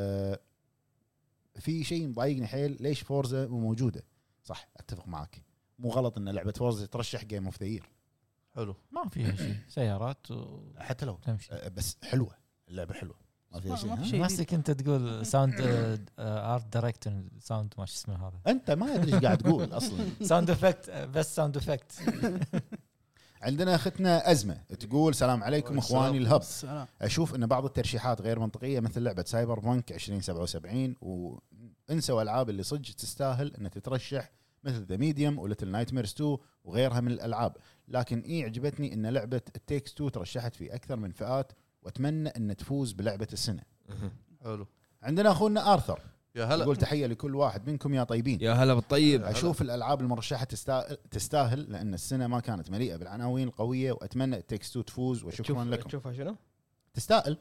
في شيء مضايقني حيل ليش فورزا مو موجوده. صح اتفق معك مو غلط ان لعبه فورزا ترشح جيم اوف ذا يير. حلو ما فيها شيء سيارات حتى لو تمشي بس حلوه اللعبه حلوه ما فيها ما في شيء. نفسك انت تقول ساوند ارت دايركتور ساوند ما شو اسمه هذا انت ما ادري ايش قاعد تقول اصلا. ساوند افكت بس ساوند افكت. عندنا اختنا ازمه تقول السلام عليكم اخواني الهب. السلام. اشوف ان بعض الترشيحات غير منطقيه مثل لعبه سايبر بانك 2077 وانسوا العاب اللي صدق تستاهل ان تترشح مثل ذا ميديوم وليتل نايتميرز 2 وغيرها من الالعاب. لكن عجبتني ان لعبه التيكس 2 ترشحت في اكثر من فئات واتمنى ان تفوز بلعبه السنه. حلو. عندنا اخونا ارثر يا هلا. يقول تحيه لكل واحد منكم يا طيبين. يا هلا بالطيب. اشوف الالعاب المرشحه تستاهل لان السنه ما كانت مليئه بالعناوين القويه واتمنى التيكس 2 تفوز وشكرا لكم. تشوفها شنو تستاهل.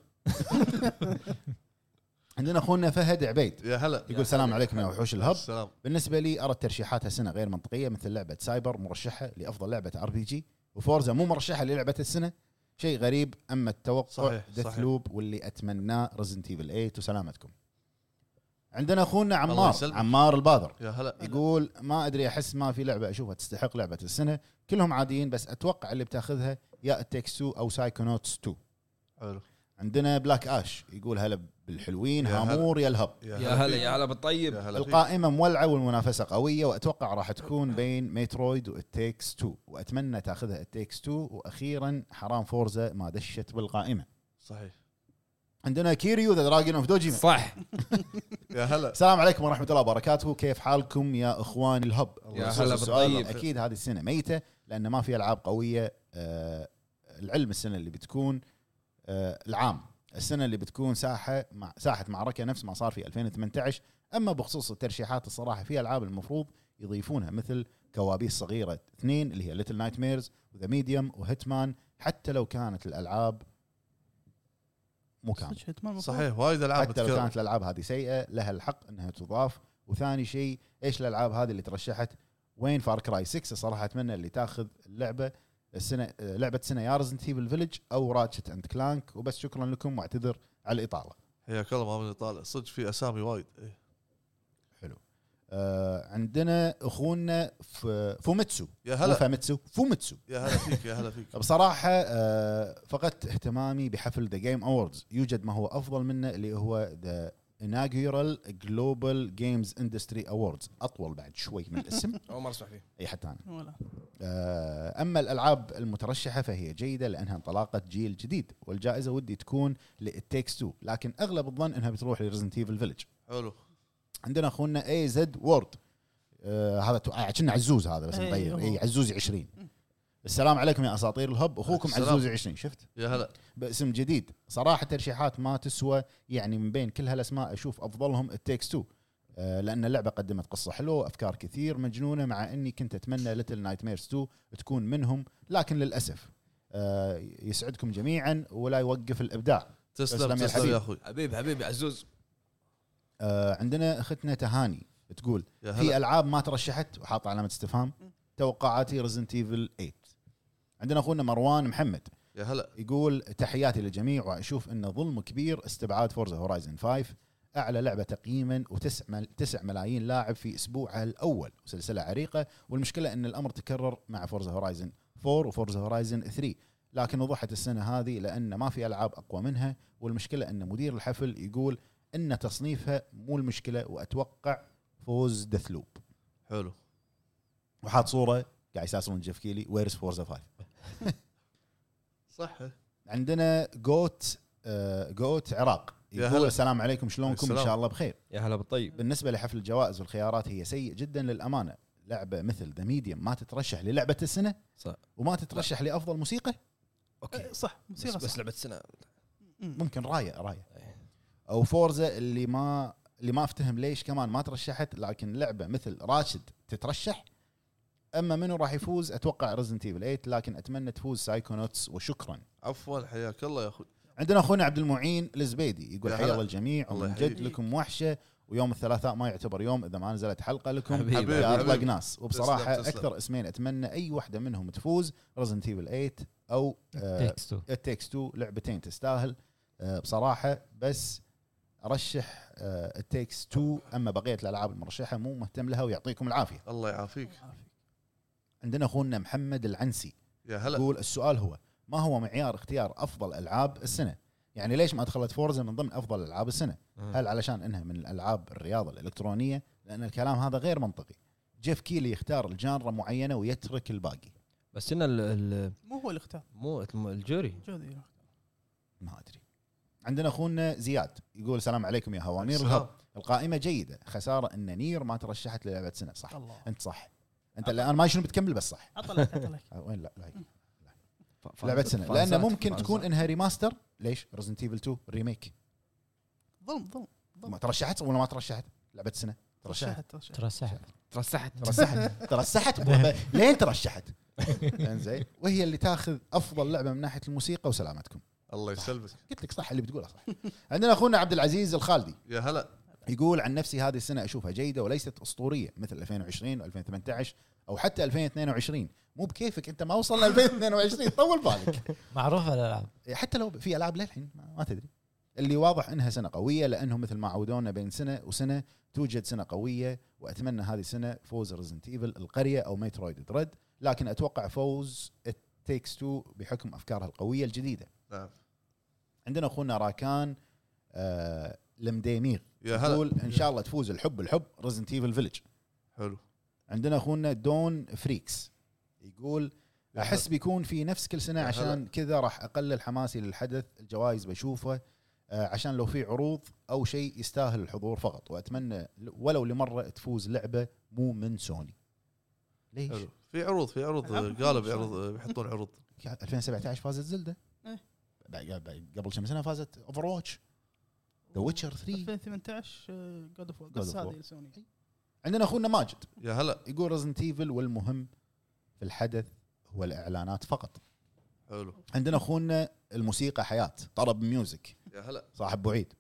عندنا اخونا فهد عبيد يا هلا. يقول السلام عليكم يا وحوش الهب. السلام. بالنسبه لي ارى الترشيحات هالسنه غير منطقيه مثل لعبه سايبر مرشحه لافضل لعبه ار بي جي وفورزا مو مرشحه للعبه السنه. شيء غريب. اما التوقع صحيح. ديث لوب واللي اتمناه ريزنت ايفل 8 وسلامتكم. عندنا اخونا عمار البادر يا هلا. يقول ما ادري احس ما في لعبه اشوفها تستحق لعبه السنه كلهم عاديين بس اتوقع اللي بتاخذها يا التكس 2 او سايكونوتس 2. حلو. عندنا بلاك اش يقول هلا بالحلوين هامور يا الهب. يا هلا بالطيب. القائمه مولعه والمنافسه قويه واتوقع راح تكون بين ميترويد والتكس 2 واتمنى تاخذها التكس 2 واخيرا حرام فورزا ما دشت بالقائمه. صحيح. عندنا كيريو ذا دراجون اوف دوجيما. صح. يا هلا. السلام عليكم ورحمه الله وبركاته. كيف حالكم يا اخوان الهب؟ يا هلا بالطيب. اكيد هذه السنه ميته لان ما في العاب قويه. العلم السنه اللي بتكون العام السنه اللي بتكون ساحه معركه نفس ما صار في 2018. اما بخصوص الترشيحات الصراحه في العاب المفروض يضيفونها مثل كوابيس صغيره 2 اللي هي ليتل نايتميرز وذا ميديوم وهيتمان حتى لو كانت الالعاب مو كامله. صحيح وايد العاب حتى لو كانت الالعاب هذه سيئه لها الحق انها تضاف. وثاني شيء ايش الالعاب هذه اللي ترشحت وين فار كراي 6 صراحه اتمنى اللي تاخذ اللعبه السنه لعبه سنه يا ريزنت ايفل فيلج او راتشت اند كلانك. وبس شكرا لكم واعتذر على الاطاله. حياك الله. ما من الاطاله صدق في اسامي وايد. حلو. عندنا اخونا فوميتسو. يا هلا. فوميتسو. يا هلا فيك. يا هلا فيك. بصراحه فقدت اهتمامي بحفل ذا جيم اووردز. يوجد ما هو افضل منه اللي هو ذا inaugural global games industry awards. اطول بعد شوي من الاسم. اول مره اسمع فيه. اي حتى انا. اما الالعاب المترشحه فهي جيده لانها انطلاقه جيل جديد والجائزه ودي تكون للتيكس 2 لكن اغلب الظن انها بتروح لريزنت ايفل فيلج. حلو. عندنا اخونا اي زد وورد. هذا كنا عزوز هذا بس مغير. اي عزوزي 20. السلام عليكم يا اساطير الهب. اخوكم عزوزي 20. شفت يا هلا باسم جديد. صراحه ترشيحات ما تسوى يعني من بين كل هالاسماء اشوف افضلهم التيكس 2 لان اللعبه قدمت قصه حلوه وافكار كثير مجنونه مع اني كنت اتمنى ليتل نايتميرز 2 تكون منهم لكن للاسف. يسعدكم جميعا ولا يوقف الابداع. تسلم يا اخوي. حبيبي عزوز. عندنا اختنا تهاني تقول في العاب ما ترشحت وحاط علامه استفهام. توقعاتي ريزنت ايفل 8. عندنا اخونا مروان محمد. يا هلا. يقول تحياتي للجميع واشوف انه ظلم كبير استبعاد فورزا هورايزن 5 اعلى لعبه تقييما و9 ملايين لاعب في اسبوعها الاول، وسلسله عريقه. والمشكله ان الامر تكرر مع فورزا هورايزن 4 وفورزا هورايزن 3، لكن وضحت السنه هذه لان ما في العاب اقوى منها. والمشكله ان مدير الحفل يقول ان تصنيفها مو المشكله، واتوقع فوز دثلوب. حلو. وحاط صوره قاعد يساسرون جيف كيلي ويرز فورزا 5. صح. عندنا جوت عراق يا يقول هلا. السلام عليكم، شلونكم؟ ان السلام. شاء الله بخير. يا هلا بالطيب. بالنسبه لحفل الجوائز والخيارات هي سيء جدا للامانه. لعبه مثل ذا ميديوم ما تترشح للعبه السنه، صح. وما تترشح لافضل موسيقى. اوكي صح موسيقى بس صح. لعبه سنه. ممكن رايه او فورزا اللي ما افتهم ليش كمان ما ترشحت، لكن لعبه مثل راشد تترشح. اما منو راح يفوز؟ اتوقع ريزنت ايفل 8، لكن اتمنى تفوز سايكونوتس. وشكرا. عفوا حياك الله يا اخوي. عندنا اخونا عبد المعين الزبيدي يقول يا حيا هلا. الله الجميع، الله ومن يحييك. جد لكم وحشه، ويوم الثلاثاء ما يعتبر يوم اذا ما نزلت حلقه لكم. حبيبي. يا اطلق حبيبي. ناس. وبصراحه تسلم. اكثر اسمين اتمنى اي واحده منهم تفوز، ريزنت ايفل 8 او تيكس 2. التيكس 2. لعبتين تستاهل بصراحه، بس ارشح التيكس 2. اما بقيه الالعاب المرشحه مو مهتم لها، ويعطيكم العافيه. الله يعافيك. عندنا اخونا محمد العنسي يا هلا. يقول السؤال هو ما هو معيار اختيار افضل العاب السنه؟ يعني ليش ما ادخلت فورزا من ضمن افضل العاب السنه؟ هل علشان انها من الالعاب الرياضه الالكترونيه؟ لان الكلام هذا غير منطقي. جيف كيلي يختار الجانرا معينه ويترك الباقي. بس هنا مو هو اللي اختار مو الجوري. جودي. ما ادري. عندنا اخونا زياد يقول السلام عليكم يا هوامير السلام. الهب. القائمه جيده، خساره ان نير ما ترشحت للعبه سنه. صح الله انت صح. انت الان ما شنو بتكمل بس صح. عطلك وين لا لعبه سنه، لان ممكن تكون انها ريماستر. ليش ريزنت ايفل 2 ريميك ظلم ما ترشحت ولا ما ترشحت لعبه سنه؟ ترشحت ترشحت لين ترشحت. انزين، وهي اللي تاخذ افضل لعبه من ناحيه الموسيقى وسلامتكم. الله يسلمك. قلت لك صح اللي بتقوله صح. عندنا اخونا عبد العزيز الخالدي يا هلا. يقول عن نفسي هذه السنه اشوفها جيده وليست اسطوريه مثل 2020 و2018 او حتى 2022. مو بكيفك انت ما وصلنا 2022 طول بالك. معروفه الالعاب. حتى لو في العاب للحين ما تدري. اللي واضح انها سنه قويه، لانهم مثل ما عودونا بين سنه وسنه توجد سنه قويه. واتمنى هذه السنه فوز ريزنت ايفل القريه او ميترويد دريد، لكن اتوقع فوز التيكس 2 بحكم افكارها القويه الجديده. نعم. عندنا اخونا راكان المديمير يا هلا. يقول ان شاء الله تفوز الحب ريزنت ايفل فيلج. حلو. عندنا اخونا دون فريكس يقول يا احس بيكون في نفس كل سنه، يا عشان هلا. كذا راح اقلل حماسي للحدث. الجوائز بشوفه عشان لو في عروض او شيء يستاهل الحضور فقط. واتمنى ولو لمره تفوز لعبه مو من سوني. ليش؟ حلو. في عروض ألعاب قالوا محمد بيعرض بيحطون عروض. 2017 فازت زلدة. قبل كم سنه فازت اوفر واتش، ذا ويتشر 3. 2018 جود اوف بس هذه سوني. عندنا اخونا ماجد يا هلا. يقول ريزنت ايفل والمهم في الحدث هو الاعلانات فقط. حلو. عندنا اخونا الموسيقى حياه طرب ميوزك يا هلا. صاحب بعيد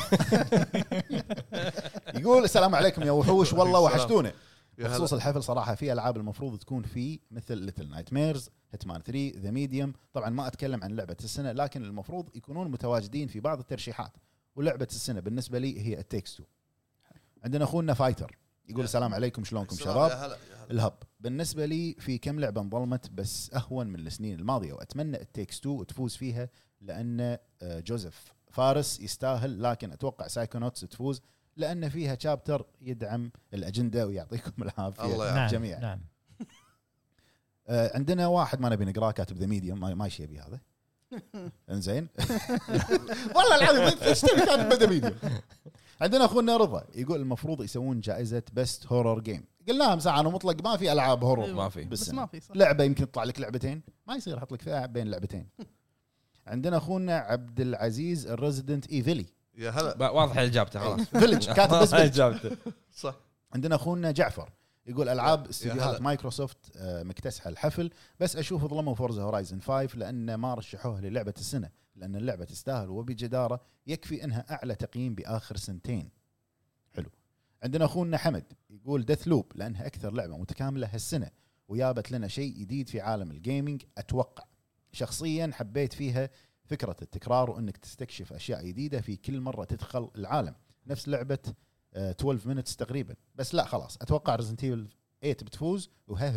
يقول السلام عليكم يا وحوش، والله السلام. وحشتونا. يا هلا. بخصوص الحفل صراحه في العاب المفروض تكون فيه مثل ليتل نايت ميرز، هيتمان 3، ذا ميديوم. طبعا ما اتكلم عن لعبه السنه، لكن المفروض يكونون متواجدين في بعض الترشيحات. ولعبه السنه بالنسبه لي هي التيكس 2. عندنا اخونا فايتر يقول السلام عليكم، شلونكم السلام. شباب؟ يا هلا. يا هلا. الهب بالنسبه لي في كم لعبه انظلمت بس اهون من السنين الماضيه، واتمنى التيكس 2 تفوز فيها لان جوزيف فارس يستاهل. لكن اتوقع سايكونوتس تفوز لان فيها شابتر يدعم الاجنده. ويعطيكم العافيه الله نعم جميعا. نعم. عندنا واحد ما نبي نقراه كاتب ذا ميديوم، ما يشي هذا. انزين والله العظيم ايش تبي كاتب ذا ميديوم. عندنا اخونا رضا يقول المفروض يسوون جائزه بيست هورر جيم. قلناها مساعة انه مطلق ما في العاب هورر ما في. بس ما في صح. لعبه يمكن تطلع لك لعبتين، ما يصير احط لك فيها بين لعبتين. عندنا اخونا عبد العزيز الريزيدنت ايفيلي يا هلا. واضح اجابته خلاص. فيلج كاتب بس فيلج. اجابته. صح. عندنا اخونا جعفر يقول العاب يا استديوهات هلا. مايكروسوفت مكتسحه الحفل، بس اشوف ظلموا فورزا هورايزن 5 لان ما رشحوها للعبه السنه، لان اللعبه تستاهل وبجداره. يكفي انها اعلى تقييم باخر سنتين. حلو. عندنا اخونا حمد يقول ديث لوب لانها اكثر لعبه متكامله هالسنه، ويابت لنا شيء جديد في عالم الجيمنج. اتوقع شخصيا حبيت فيها فكره التكرار، وانك تستكشف اشياء جديده في كل مره تدخل العالم. نفس لعبه 12 مينتس تقريبا. بس لا خلاص اتوقع ريزنت ايفل 8 بتفوز.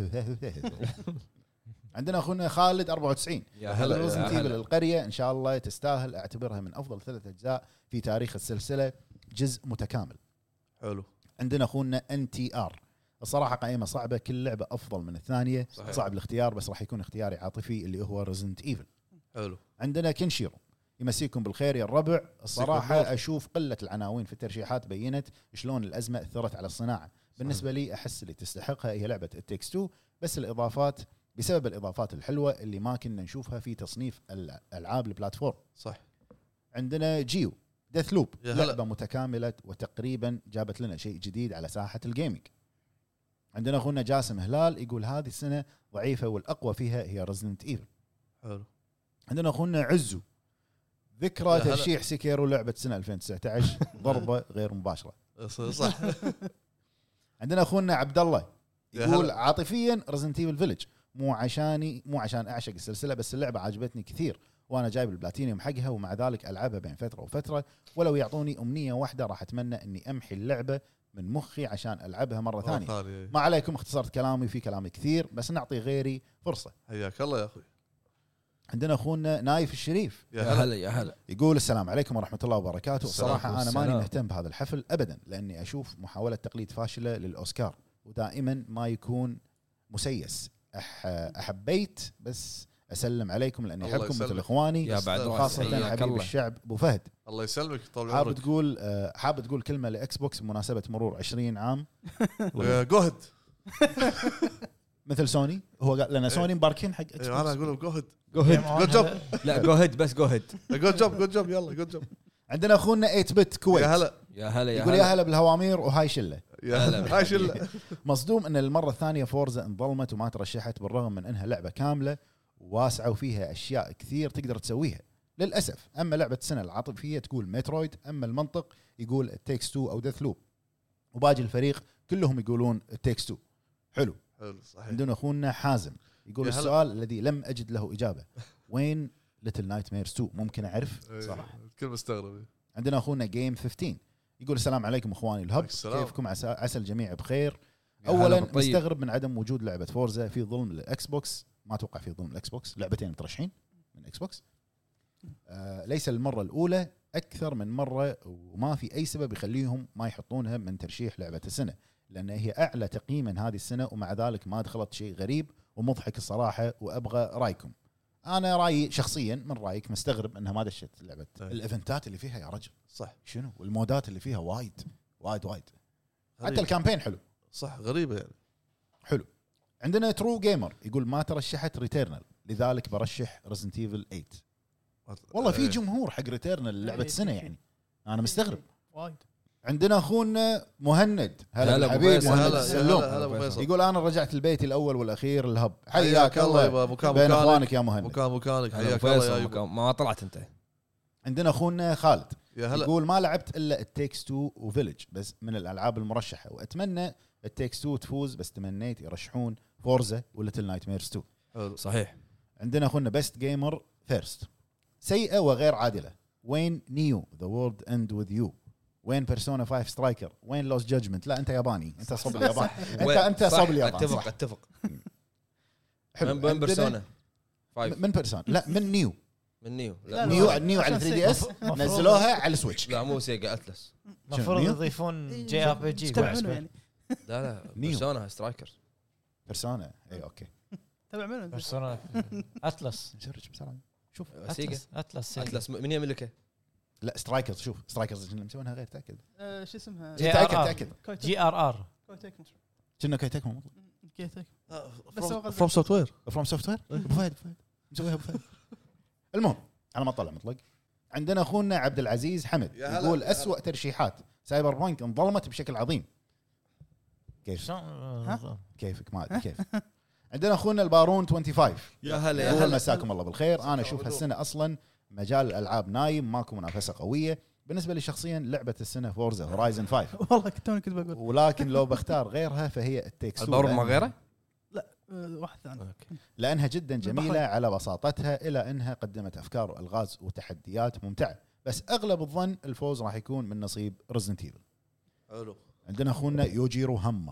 عندنا اخونا خالد 94 يا هلا ريزنت ايفل القريه ان شاء الله تستاهل، اعتبرها من افضل 3 اجزاء في تاريخ السلسله، جزء متكامل. حلو. عندنا اخونا NTR الصراحه قائمه صعبه، كل لعبه افضل من الثانيه، صحيح. صعب الاختيار بس راح يكون اختياري عاطفي اللي هو ريزنت ايفل. حلو. عندنا كنشيرو يمسيكم بالخير يا الربع. الصراحه بالنور. اشوف قله العناوين في الترشيحات بينت شلون الازمه اثرت على الصناعه. بالنسبه لي احس اللي تستحقها هي لعبه التكس 2، بس الاضافات بسبب الاضافات الحلوه اللي ما كنا نشوفها في تصنيف الالعاب البلاتفورم. صح. عندنا جيو ديث لوب، يا هلا. لعبه متكامله وتقريبا جابت لنا شيء جديد على ساحه الجيمنج. عندنا اخونا جاسم هلال يقول هذه السنه ضعيفه والاقوى فيها هي ريزدنت ايفل. حلو. عندنا اخونا عزو ذكرى يا هلا. ترشيح سيكيرو لعبه سنه 2019 ضربه غير مباشره. صح. عندنا اخونا عبد الله يا يقول هلا. عاطفيا ريزدنت ايفل فيلج مو عشان اعشق السلسله، بس اللعبه عجبتني كثير وانا جايب البلاتينيوم حقها، ومع ذلك العبها بين فتره وفتره، ولو يعطوني امنيه واحده راح اتمنى اني امحي اللعبه من مخي عشان العبها مره ثانيه. ما عليكم اختصرت كلامي، في كلام كثير بس نعطي غيري فرصه. حياك الله يا اخوي. عندنا اخونا نايف الشريف يا هلا. يا هلا. يقول السلام عليكم ورحمه الله وبركاته. السلام الصراحه انا ماني والسلام. مهتم بهذا الحفل ابدا، لاني اشوف محاوله تقليد فاشله للاوسكار ودائما ما يكون مسيس. احبيت بس اسلم عليكم لاني الله احبكم مثل يسلمك. اخواني، يا بعد خاصه حياك حبيب الله. الشعب ابو فهد. الله يسلمك طول حاب عمرك. تقول حاب تقول كلمه لاكس بوكس بمناسبه مرور 20 عام جهد. مثل سوني. هو قال لنا سوني مباركين حق اكس انا بوكس. اقول جهد. جوهد جود جوب. لا جوهد بس جوهد. جود جوب يلا جود جوب. عندنا اخونا 8 بت كويت يا هلا. يا هلا يا يقول يا هلا بالهوامير وهاي شله. يا هلا. هاي شله. مصدوم ان المره الثانيه فورزا انظلمت وما ترشحت بالرغم من انها لعبه كامله وواسعه وفيها اشياء كثير تقدر تسويها للاسف. اما لعبه السنه العاطفيه تقول مترويد، اما المنطق يقول التيكس 2 او ديث لوب، وباقي الفريق كلهم يقولون التيكس 2. حلو. حلو صحيح. عندنا اخونا حازم يقول يا هلا. السؤال الذي لم اجد له اجابه، وين ليتل نايت ميرز 2؟ ممكن اعرف صراحه. الكل مستغرب. عندنا اخونا جيم 15 يقول السلام عليكم اخواني الهب، السلام. كيفكم؟ عسى الجميع بخير. يا هلا اولا بالطيب. مستغرب من عدم وجود لعبه فورزا في ظلم للاكس بوكس. ما اتوقع في ظلم الاكس بوكس، لعبتين مترشحين من اكس بوكس. ليس المره الاولى، اكثر من مره، وما في اي سبب يخليهم ما يحطونها من ترشيح لعبه السنه، لان هي اعلى تقييما هذه السنه، ومع ذلك ما دخلت. شيء غريب ومضحك الصراحه، وابغى رايكم. انا رايي شخصيا من رايك مستغرب انها ما دشت لعبه. الايفنتات اللي فيها يا رجل صح. شنو، والمودات اللي فيها وايد وايد غريب. حتى الكامبين حلو. صح غريبه يعني. حلو. عندنا ترو جيمر يقول ما ترشحت ريتيرنال، لذلك برشح ريزنت ايفل 8. والله في جمهور حق ريتيرنال لعبه السنه يعني، انا مستغرب. وايد. عندنا اخونا مهند، هلا هلا أبو حبيبي فيصل. مهند هلا السلوم. هلا أبو فيصل. يقول انا رجعت البيت الاول والاخير الهب. حياك الله يبا. مكان بين مكانك. اخوانك يا مهند. مكانك. هلا حياك الله يا فيصل أيوب. ما طلعت انت. عندنا اخونا خالد يا هلا. يقول ما لعبت الا التيكس 2 وفيلج بس من الالعاب المرشحه، واتمنى التيكس 2 تفوز، بس تمنيت يرشحون فورزا وليتل نايت ميرز 2. حلو. صحيح. عندنا اخونا بيست جيمر فيرست سيئه وغير عادله. وين نيو ذا وورلد اند وذ يو؟ وين بيرسونا 5 سترايكر؟ وين لوس جادجمنت؟ لا انت ياباني، انت صوب اليابان. انت صح، صوب اليابان. اتفق اتفق. حلو. من عندنا- بيرسونا 5 من بيرسونا، لا من نيو. من نيو. لا، نيو على عشان 3 دي اس مفروض- نزلوها على السويتش. لا مو سيجا اتلس. المفروض نيو؟ يضيفون جي ار بي جي تبع منو يعني؟ لا لا نيو. بيرسونا سترايكرز. بيرسونا اي اوكي. تبع منو؟ بيرسونا اتلس. نسرج بسرعه. شوف سيجا اتلس اتلس من يملكه؟ لا سترايكرز، شوف سترايكرز اللي مسوينها غير تاكد. شو اسمها؟ جي تاكد آر آر. تاكد جي ار ار. كويتك مش كنا كيتكم كويتك. بس هو قصدي- فروم سوفت وير. فروم سوفت وير. ابو فهد مسويها ابو فهد. المهم انا ما اطلع مطلق. عندنا اخونا عبد العزيز حمد يا هلا. يقول يا هلا. أسوأ ترشيحات سايبر بانك انظلمت بشكل عظيم. كيف كيفك ما ادري كيف. عندنا اخونا البارون 25 يا هلا يا يقول هلا. مساكم الله بالخير. انا اشوف هالسنه اصلا مجال الالعاب نايم، ماكو منافسه قويه. بالنسبه لي شخصيا لعبه السنه فورزا هورايزن 5، والله كنت بقول ولكن لو بختار غيرها فهي التيكس البارون ما غيره؟ واحد ثاني. لانها جدا جميله على بساطتها، الى انها قدمت افكار والغاز وتحديات ممتعه. بس اغلب الظن الفوز راح يكون من نصيب ريزدنت ايفل. حلو. عندنا اخونا يوجيرو هما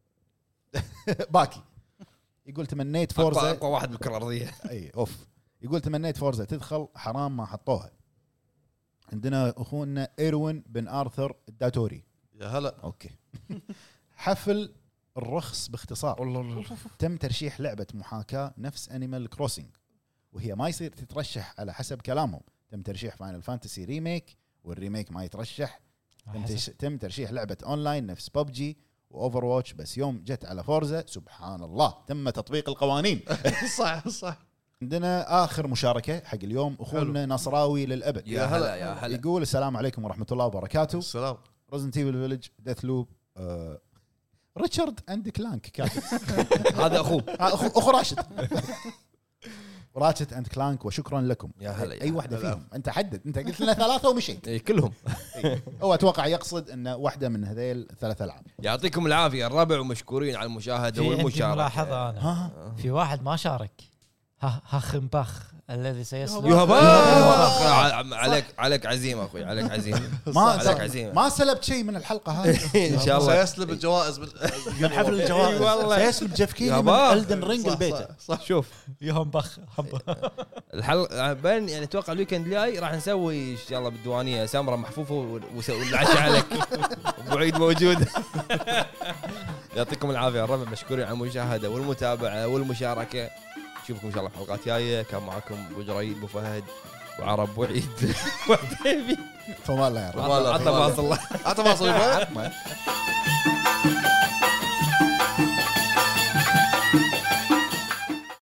باكي يقول تمنيت فورزا اقوى واحد بالكره الارضيه. اي اوف. يقول تمنيت فورزا تدخل، حرام ما حطوها. عندنا اخونا ايروين بن ارثر الداتوري. يا هلا. اوكي. حفل الرخص باختصار. تم ترشيح لعبه محاكاه نفس انيمال كروسنج، وهي ما يصير تترشح على حسب كلامهم. تم ترشيح فاينل فانتسي ريميك، والريميك ما يترشح. تم ترشيح لعبه اونلاين نفس ببجي واوفر واتش، بس يوم جت على فورزا سبحان الله تم تطبيق القوانين. صح. عندنا اخر مشاركه حق اليوم اخونا نصراوي للابد. يا هلا يا هلا. يقول السلام عليكم ورحمه الله وبركاته. السلام. ريزدنت ايفل فيلج، ديث لوب، ريتشارد اند كلانك كاتب. هذا اخوه اخو راشد. راتشت اند كلانك، وشكرا لكم. يا هلا اي واحده فيهم انت حدد، انت قلت لنا 3 ومشيت. اي كلهم. هو اتوقع يقصد ان واحده من هذيل 3 ألعاب. يعطيكم العافيه الربع، ومشكورين على المشاهده في عندي والمشاركه. ملاحظه انا، في واحد ما شارك، هاخنباخ الذي سيسلم. عليك عزيمه اخوي، عليك عزيمه. عليك عزيمه. ما سلبت شيء من الحلقه هذه. ان شاء الله سيسلب الجوائز من حفل الجوائز. والله. سيسلب جيف كيلي من الدن رينج البيت. صح. شوف يهنبخ الحلقه بين يعني اتوقع الويكند الجاي راح نسوي ان شاء الله بالديوانيه سمره محفوفه والعشاء عليك بعيد موجود. يعطيكم العافيه الربع، مشكورين على المشاهده والمتابعه والمشاركه. نشوفكم ان شاء الله في حلقات جايه. كان معكم ابو جريد، ابو فهد، وعرب، وعيد، وحبيبي. فما الله يا رب. عطى فاصل. عطى فاصل.